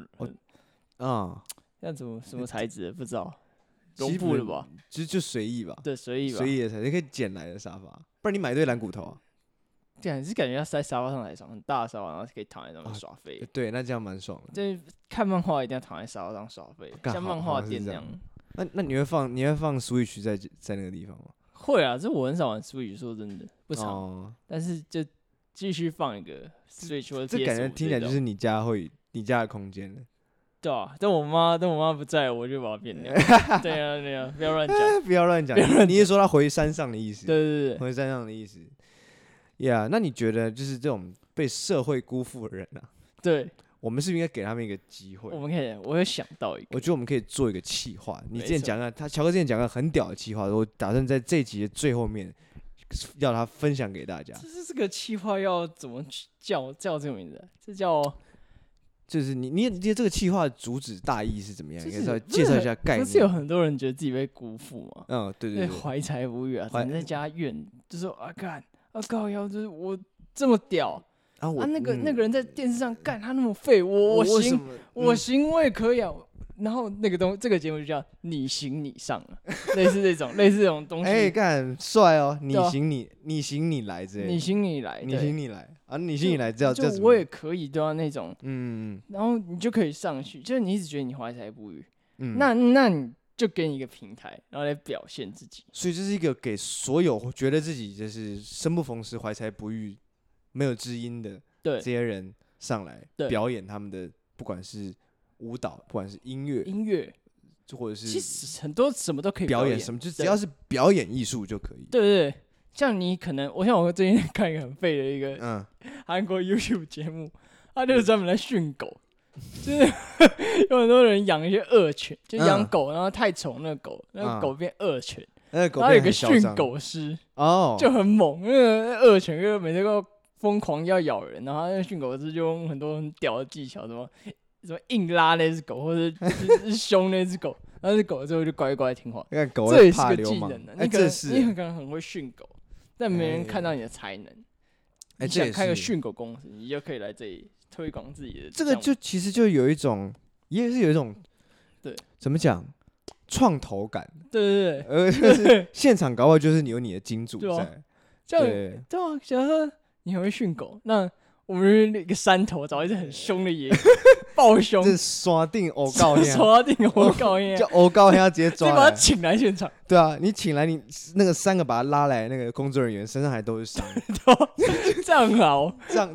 那什么材质的不知道，绒布的吧？ 就随意吧。 对，随意吧。 随意的材质，你可以捡来的沙发，不然你买一堆蓝骨头啊。 对，是感觉要塞沙发上来很大的沙发，然后可以躺在上面耍废。 对，那这样蛮爽的。 就是看漫画一定要躺在沙发上耍废，像漫画店那样。 那你会放 Switch 在那个地方吗？ 会啊，这我很少玩 Switch， 说真的不常。但是就继续放一个 Switch 或者 PS5， 这感觉听起来就是你家的空间了。 对啊，等我妈不在，我就把它变掉。对啊，不要乱讲， 不要乱讲。你是说他回山上的意思？ 对， 回山上的意思。那你觉得就是这种被社会辜负的人啊？ 对， 我们是不是应该给他们一个机会？ 我有想到一个， 我觉得我们可以做一个企划。你之前讲的，乔哥之前讲的很屌的企划，我打算在这集的最后面要他分享给大家。 这个企划要怎么叫这个名字？这叫就是你这个企划的主旨大意是怎么样？应该是要介绍一下概念。 不是有很多人觉得自己被辜负吗？ 对， 怀才不遇啊，只能在家怨，就说靠腰，就是我这么屌那个人在电视上干他那么废，我行我也可以啊。然后这个节目就叫你行你上啊，类似这种东西。 干帅哦！你行你来之类的。 你行你来啊！你行你来，就我也可以对啊那种。 嗯。 然后你就可以上去，就是你一直觉得你怀才不遇，那你就给你一个平台，然后来表现自己。 所以这是一个给所有觉得自己就是生不逢时、怀才不遇、没有知音的这些人上来表演他们的，不管是舞蹈，不管是音乐，或者是其实很多什么都可以表演，什么就只要是表演艺术就可以。 对，像你可能，我最近看一个很废的一个韩国 YouTube 节目，他就是专门来训狗。就是有很多人养一些恶犬，就养狗，然后太宠那个狗，那个狗变恶犬，然后有个训狗师就很猛，那个恶犬就每次都疯狂要咬人，然后那个训狗师就用很多很屌的技巧，什么硬拉那只狗，或者是凶那只狗，然后那只狗最后就乖乖听话。这也是个技能的，你可能很会训狗，但没人看到你的才能。你想开个训狗公司，你就可以来这里推广自己的。 这个就其实就有一种，也是有一种， 对， 怎么讲，创投感。 对， 就是现场搞不好就是你有你的金主在。 对啊，假如说你很会训狗，那我们一个山头找一只很凶的野狗，暴凶， 这刷定欧告呀， 叫欧告呀，直接抓， 就把他请来现场。 对啊，你请来你那个3个把他拉来，那个工作人员身上还都是伤， 藏獒，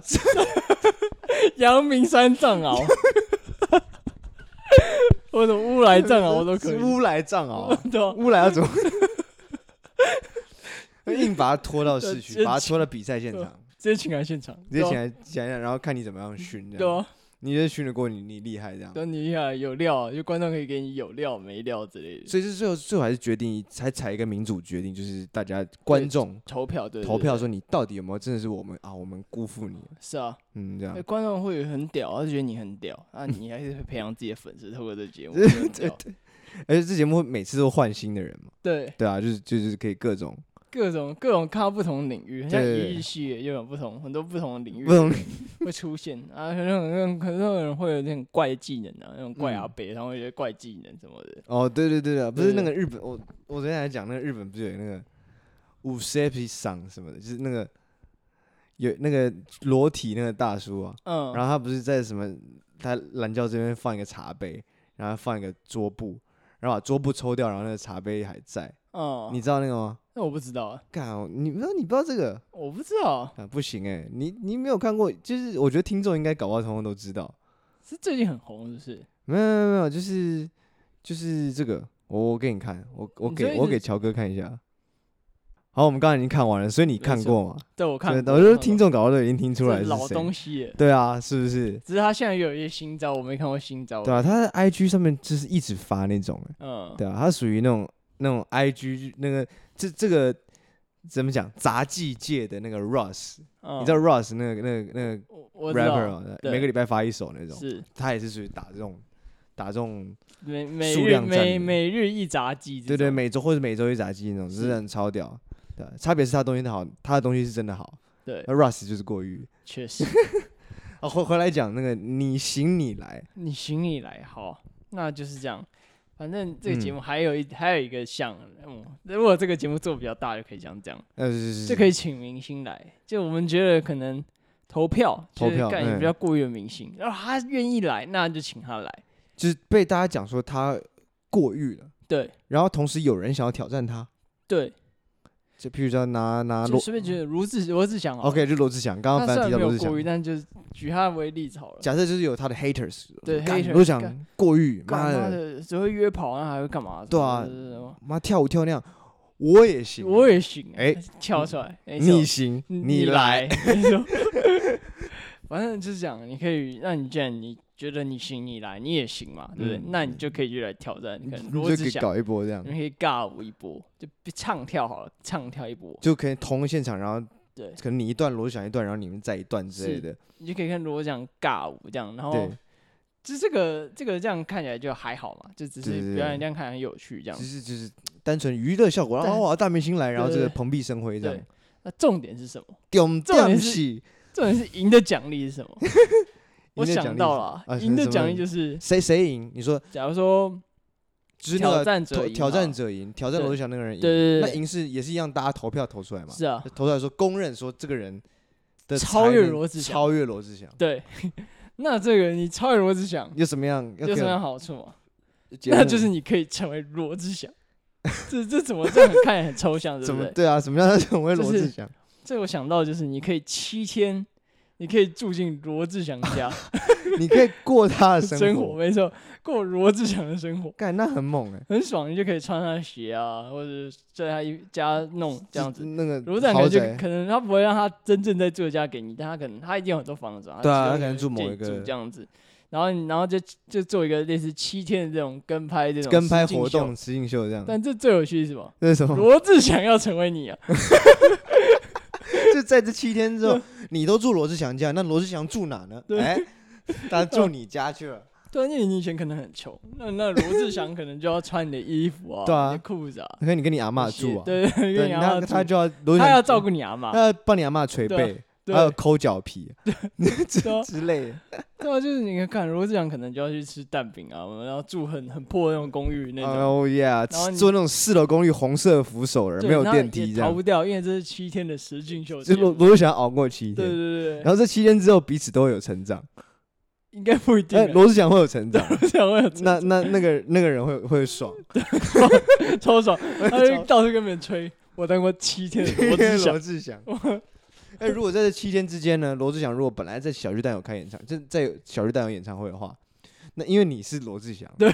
阳明山藏獒，或者乌来藏獒都可以。 乌来藏獒， 对啊， 乌来要怎么？硬把他拖到市区，把他拖到比赛现场。 直接请来现场， 直接请来讲讲，然后看你怎么样训，这样。对啊，你觉得训得过你厉害这样。 对，你厉害有料，就观众可以给你有料没料之类的。 所以是最后还是决定采一个民主决定，就是大家观众投票，对， 投票说你到底有没有真的是我们辜负你了。 是啊， 这样。 观众会很屌，他就觉得你很屌，你还是会培养自己的粉丝，透过这节目。 对，而且这节目每次都换新的人嘛。 对啊，就是可以各种。 各种看到不同领域，像对一日系也有很多不同的领域不同会出现啊，可能有人会有那种怪技能啊，那种怪阿北，然后有些怪技能什么的。 哦，对，不是那个日本，我昨天还讲那个日本不是有那个五 CP 赏什么的，就是那个有那个裸体那个大叔啊，然后他不是在什么他蓝教这边放一个茶杯，然后放一个桌布，然后把桌布抽掉，然后那个茶杯还在，你知道那个吗？ 那我不知道啊， 干，你不知道这个？ 我不知道， 不行你没有看过，就是我觉得听众应该搞不好通通都知道， 是最近很红，是不是？ 没有，就是这个，我给你看，我给乔哥看一下。好，我们刚刚已经看完了，所以你看过吗？ 对，我看过。 我觉得听众搞到都已经听出来是谁， 老东西耶。 对啊，是不是？ 只是他现在有一些新招，我没看过新招。 对啊，他在 IG 上面就是一直发那种，对啊，他属于那种 IG 那个这个怎么讲杂技界的那个 Ross，你知道 Ross 那个 rapper 吗？每个礼拜发一首那种， 是， 他也是属于打这种每日一杂技， 对，每周或者每周一杂技那种，真的很超屌。对，差别是他的东西好，他的东西是真的好。 对， 而 Ross 就是过誉。 确实。 回来讲那个你行你来， 好，那就是这样。反正这个节目还有一个项，如果这个节目做比较大，就可以这样讲，就可以请明星来。就我们觉得可能投票干也比较过于的明星，然后他愿意来，那就请他来。 就是被大家讲说他过誉了， 对， 然后同时有人想要挑战他， 对。 就譬如说拿就随便觉得罗志祥 ，OK， 就罗志祥，刚刚反正提到罗志祥， 但就是举他为例好了。 假设就是有他的 haters， 对 haters， 罗志祥过誉，妈的只会约跑，那还会干嘛？ 对啊，妈跳舞跳那样，我也行， 跳出来， 你行，你来， 反正就是这样，你可以，那你既然你觉得你行，你来，你也行嘛，对不对？那你就可以去来挑战，可能罗志祥搞一波这样， 你可以尬舞一波，就唱跳好了，唱跳一波， 就可以同个现场，然后对， 可能你一段，罗志祥一段，然后你们再一段之类的， 你就可以看罗志祥尬舞这样，然后就这个这样看起来就还好嘛，就只是表演这样看起来很有趣这样， 就是单纯娱乐效果，然后哇大明星来，然后这个蓬荜生辉这样。 那重点是什么？ 重点是赢的奖励是什么？我想到了，赢的奖励就是谁赢？你说， 假如说就是挑战者赢，挑战罗志祥那个人赢， 对， 那赢是也是一样，大家投票投出来嘛？ 是啊， 投出来说公认说这个人的超越罗志祥，对。那这个你超越罗志祥有什么样好处吗？那就是你可以成为罗志祥。这怎么这很看起来很抽象，对不对？ 对啊，什么样成为罗志祥？ 这我想到就是你可以7天，你可以住进罗志祥家， 你可以过他的生活，没错，过罗志祥的生活， 干那很猛很爽，你就可以穿他的鞋啊，或者在他家弄这样子。 那个罗志祥可能他不会让他真正在住家给你，但他一定有很多房子， 对啊，他可能住某一个这样子。然后就做一个类似7天的这种跟拍活动实境秀这样。 但这最有趣是什么？ 这是什么？ 罗志祥要成为你啊！ 就在这7天之后，你都住罗志祥家，那罗志祥住哪呢？他住你家去了。 对，因为你以前可能很穷，那罗志祥可能就要穿你的衣服啊，你的裤子啊。 你跟你阿嬷住啊？ 对，跟你阿嬷住。 他要照顾你阿嬷， 他要帮你阿嬷捶背。还有抠脚皮之类的， 对啊，就是你看罗志祥可能就要去吃蛋饼啊，然后住很破的那种公寓那种， 哦yeah，住那种4楼公寓，红色扶手人，没有电梯，这样逃不掉，因为这是7天的实境秀。 就罗志祥熬过7天， 对。 然后这7天之后，彼此都会有成长， 应该不一定。 罗志祥会有成长， 罗志祥会有成长， 那个人会爽， 超爽，他就到处跟别人吹，我当过7天的罗志祥。如果在这7天之间呢，罗志祥如果本来在小巨蛋有开演唱，就在小巨蛋有演唱会的话，那因为你是罗志祥， 对，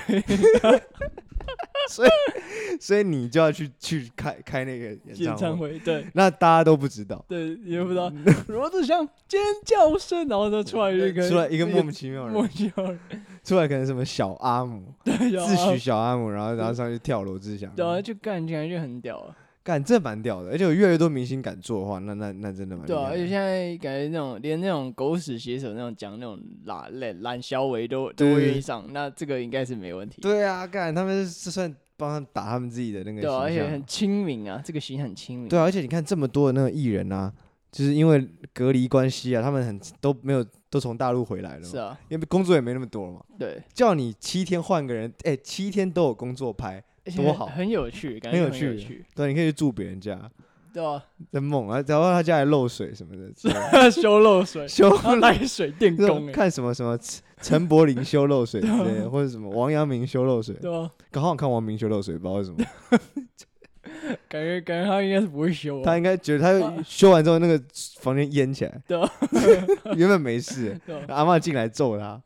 所以你就要去开那个演唱会，对， 那大家都不知道， 对，你都不知道罗志祥尖叫声，然后就出来一个莫名其妙的人，出来可能什么小阿姆，自诩小阿姆，然后上去跳罗志祥， 对啊，就感觉很屌啊。 干，这蛮屌的，而且有越来越多明星敢做的话，那真的蛮对啊，而且现在感觉那种连那种狗屎写手那种讲那种懒小维都愿意上，那这个应该是没问题。 对啊，干他们是算帮他们打他们自己的那个对啊，而且形象。 很亲民啊，这个形象很亲民。 对啊，而且你看这么多的那个艺人啊，就是因为隔离关系啊，他们都没有都从大陆回来了嘛， 是啊， 因为工作也没那么多了嘛。 对， 叫你7天换个人，7天都有工作拍， 而且多好很有趣，感觉很很有趣有趣。 对，你可以去住别人家， 对啊， 真猛啊！然后他家还漏水什么的之类的， 修漏水， 修然后来水电工哎， 看什么陈柏霖修漏水之类的，或者什么王阳明修漏水， 对啊， 刚好看王明修漏水，不知道为什么， 感觉他应该是不会修啊。 他应该觉得他修完之后那个房间淹起来， 对啊， 原本没事， 对啊阿嬷进来揍他。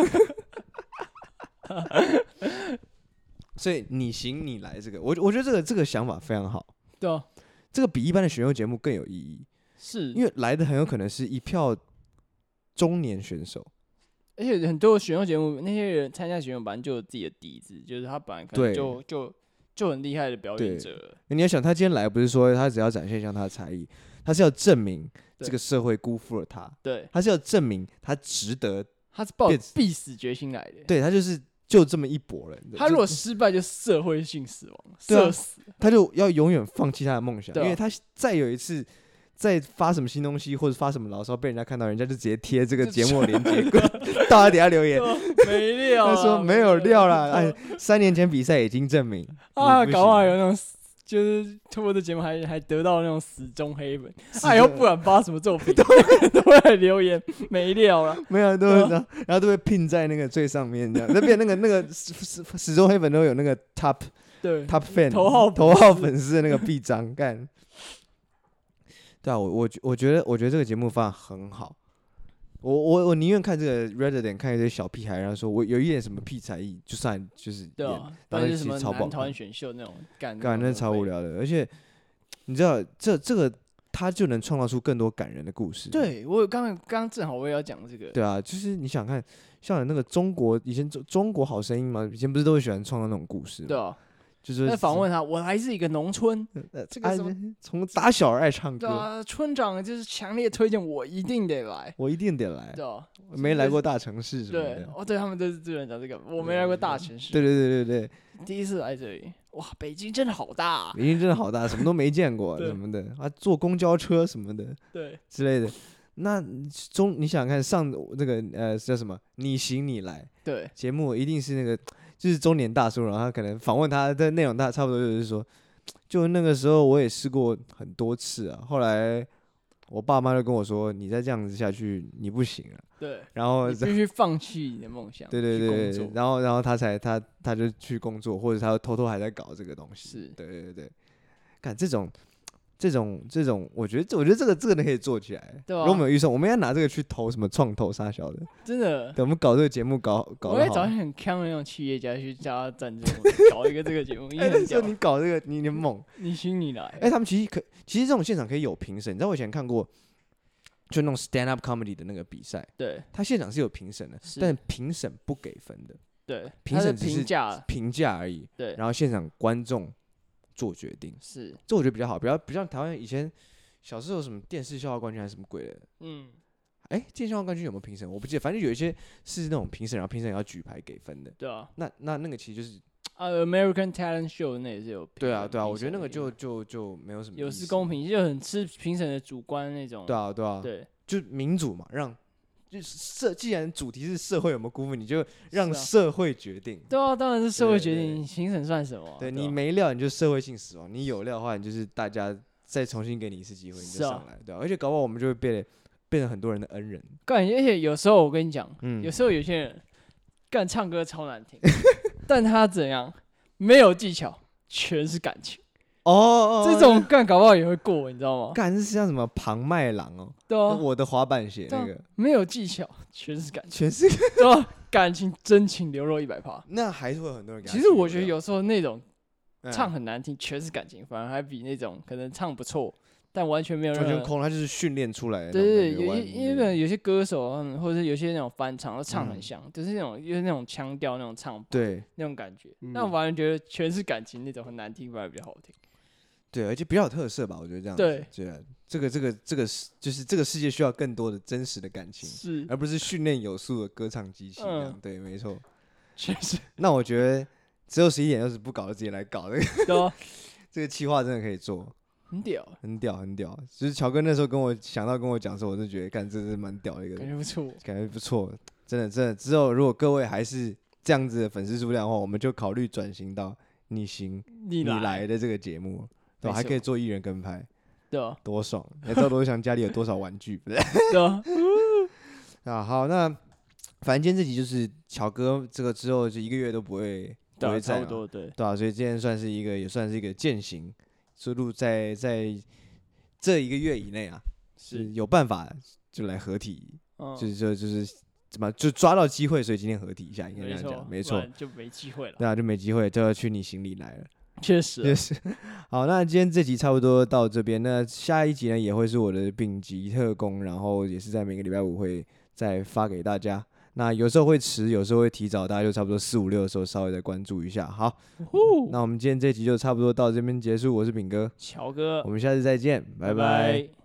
所以你行你来这个，我觉得这个想法非常好， 对啊， 这个比一般的选秀节目更有意义， 是因为来的很有可能是一票中年选手， 而且很多选秀节目，那些人参加选秀本来就有自己的底子，就是他本来可能对就很厉害的表演者了。 你要想他今天来不是说他只要展现一下他的才艺，他是要证明这个社会辜负了他， 对， 他是要证明他值得， 他是抱着必死决心来的。 对他就这么一搏了。 他如果失败，就社会性死亡， 对啊社死。 他就要永远放弃他的梦想， 对啊因为他再有一次再发什么新东西或者发什么牢骚被人家看到，人家就直接贴这个节目的链接，到他底下留言， 没料啦， 他说没有料啦，哎，3年前比赛已经证明啊， 你不行搞不好有那种就是通过这节目还得到那种死忠黑粉，他以后不管发什么作品都会来留言，没料了。 没有都会然后都会拼在那个最上面这样，那边那个始终黑粉都有那个 top 对 fan 头号粉丝的那个臂章干。对啊，我觉得这个节目方案很好，我宁愿看这个 rather than 看一堆小屁孩，然后说我有一点什么屁才艺，就算就是演， 对啊，不然后然就是什么其实超不好看， 男团选秀那种干那超无。聊的，而且你知道这个他就能创造出更多感人的故事。 对我刚刚正好我也要讲这个。 对啊，就是你想看，像有那个以前中国好声音嘛，以前不是都会喜欢创造那种故事吗？ 对啊， 就是那访问他，我来自一个农村，这个什么从打小爱唱歌， 对啊，村长就是强烈推荐我一定得来， 我一定得来， 对啊， 没来过大城市什么对的。 哦，对他们都是这人讲这个，我没来过大城市， 对对对对对， 第一次来这里，哇，北京真的好大啊， 北京真的好大，什么都没见过对什么的啊，坐公交车什么的对之类的。那你想想看，上这个叫什么？你行你来对节目一定是那个就是中年大叔，然后他可能访问他的内容，他差不多就是说，就那个时候我也试过很多次啊，后来我爸妈就跟我说，你再这样子下去你不行了， 对， 然后你必须放弃你的梦想， 对对去工对， 作然后他就去工作，或者他偷偷还在搞这个东西， 是对对对对，看这种，我觉得这个可以做起来。 对啊如果我们有预算，我们要拿这个去投什么创投啥小的。 真的。 对，我们搞这个节目搞我得好。 会找很强的那种企业家去叫他赞助我们，搞一个这个节目，因为很就屌。 你搞这个，你猛。 你行你来， 他们其实这种现场可以有评审。你知道我以前看过，就那种 stand up comedy 的那个比赛， 对他现场是有评审的， 是但评审不给分的， 对，他是评审只是评价， 评价而已。 对， 然后现场观众做决定。 是， 这我觉得比较好，不像台湾以前小时候有什么电视笑话冠军还是什么鬼的， 嗯， 电视笑话冠军有没有评审我不记得，反正有一些是那种评审，然后评审也要举牌给分的。 对啊， 那个其实就是 American Talent Show 那也是有， 对啊，我觉得那个就没有什么有意思失公平，就很吃评审的主观那种， 对啊， 对， 就民主嘛，既然主题是社会有没有辜负，你就让是啊社会决定。 对啊，当然是社会决对定，评审算什么啊？ 对啊你没料，你就社会性死亡；你有料的话，你就是大家再重新给你一次机会，你是啊就上来，对而且搞不好我们就会变成很多人的恩人。 干，而且有时候我跟你讲， 嗯有时候有些人干唱歌超难听，但他怎样没有技巧，全是感情，这种干搞不好也会过，你知道吗？ 干是像什么庞麦郎哦， 对啊， 我的滑板鞋那个， 没有技巧，全是感情， 全是对吧？感情真情流露100%。 那还是会有很多人给他其取流的。 实我觉得有时候那种嗯唱很难听，全是感情，反而还比那种可能唱不错，但完全没有任何。 完全空，他就是训练出来的那种对对， 感觉。 因为有些歌手或者是有些那种翻唱都唱很像，就是那种就是那种腔调那种唱对那种感觉。 嗯但我反而觉得全是感情那种很难听，反而比较好听。 对，而且比较有特色吧，我觉得这样子。 对啊，这个就是这个世界需要更多的真实的感情， 是， 而不是训练有素的歌唱机器一样。 嗯对，没错。 确实， 那我觉得之后11点要是不搞就直接来搞， 对啊， 这个企划真的可以做。 很屌， 很屌，很屌。就是乔哥那时候跟我讲的时候，我就觉得，干，这是蛮屌的一个， 感觉不错， 感觉不错，真的真的。之后如果各位还是这样子的粉丝数量的话，我们就考虑转型到你行你来的这个节目，对吧？还可以做艺人跟拍， 对啊， 多爽！你知道罗志祥家里有多少玩具，不对？ 对啊， 啊，好，那反正今天这集就是乔哥这个之后就1个月都不会对啊， 在嘛， 差不多，对， 对啊，所以今天也算是一个践行。收录在这1个月以内啊，是有办法就来合体，就是怎么就抓到机会，所以今天合体一下，应该这样讲，没错， 就没机会了， 对啊，就没机会，就要去你行里来了， 确实。 好，那今天这集差不多到这边，那下一集呢也会是我的丙级特工，然后也是在每个礼拜5会再发给大家。那有时候会迟，有时候会提早，大家就差不多4、5、6的时候稍微再关注一下。好，那我们今天这集就差不多到这边结束。我是炳哥， 乔哥， 我们下次再见，拜拜。 拜拜。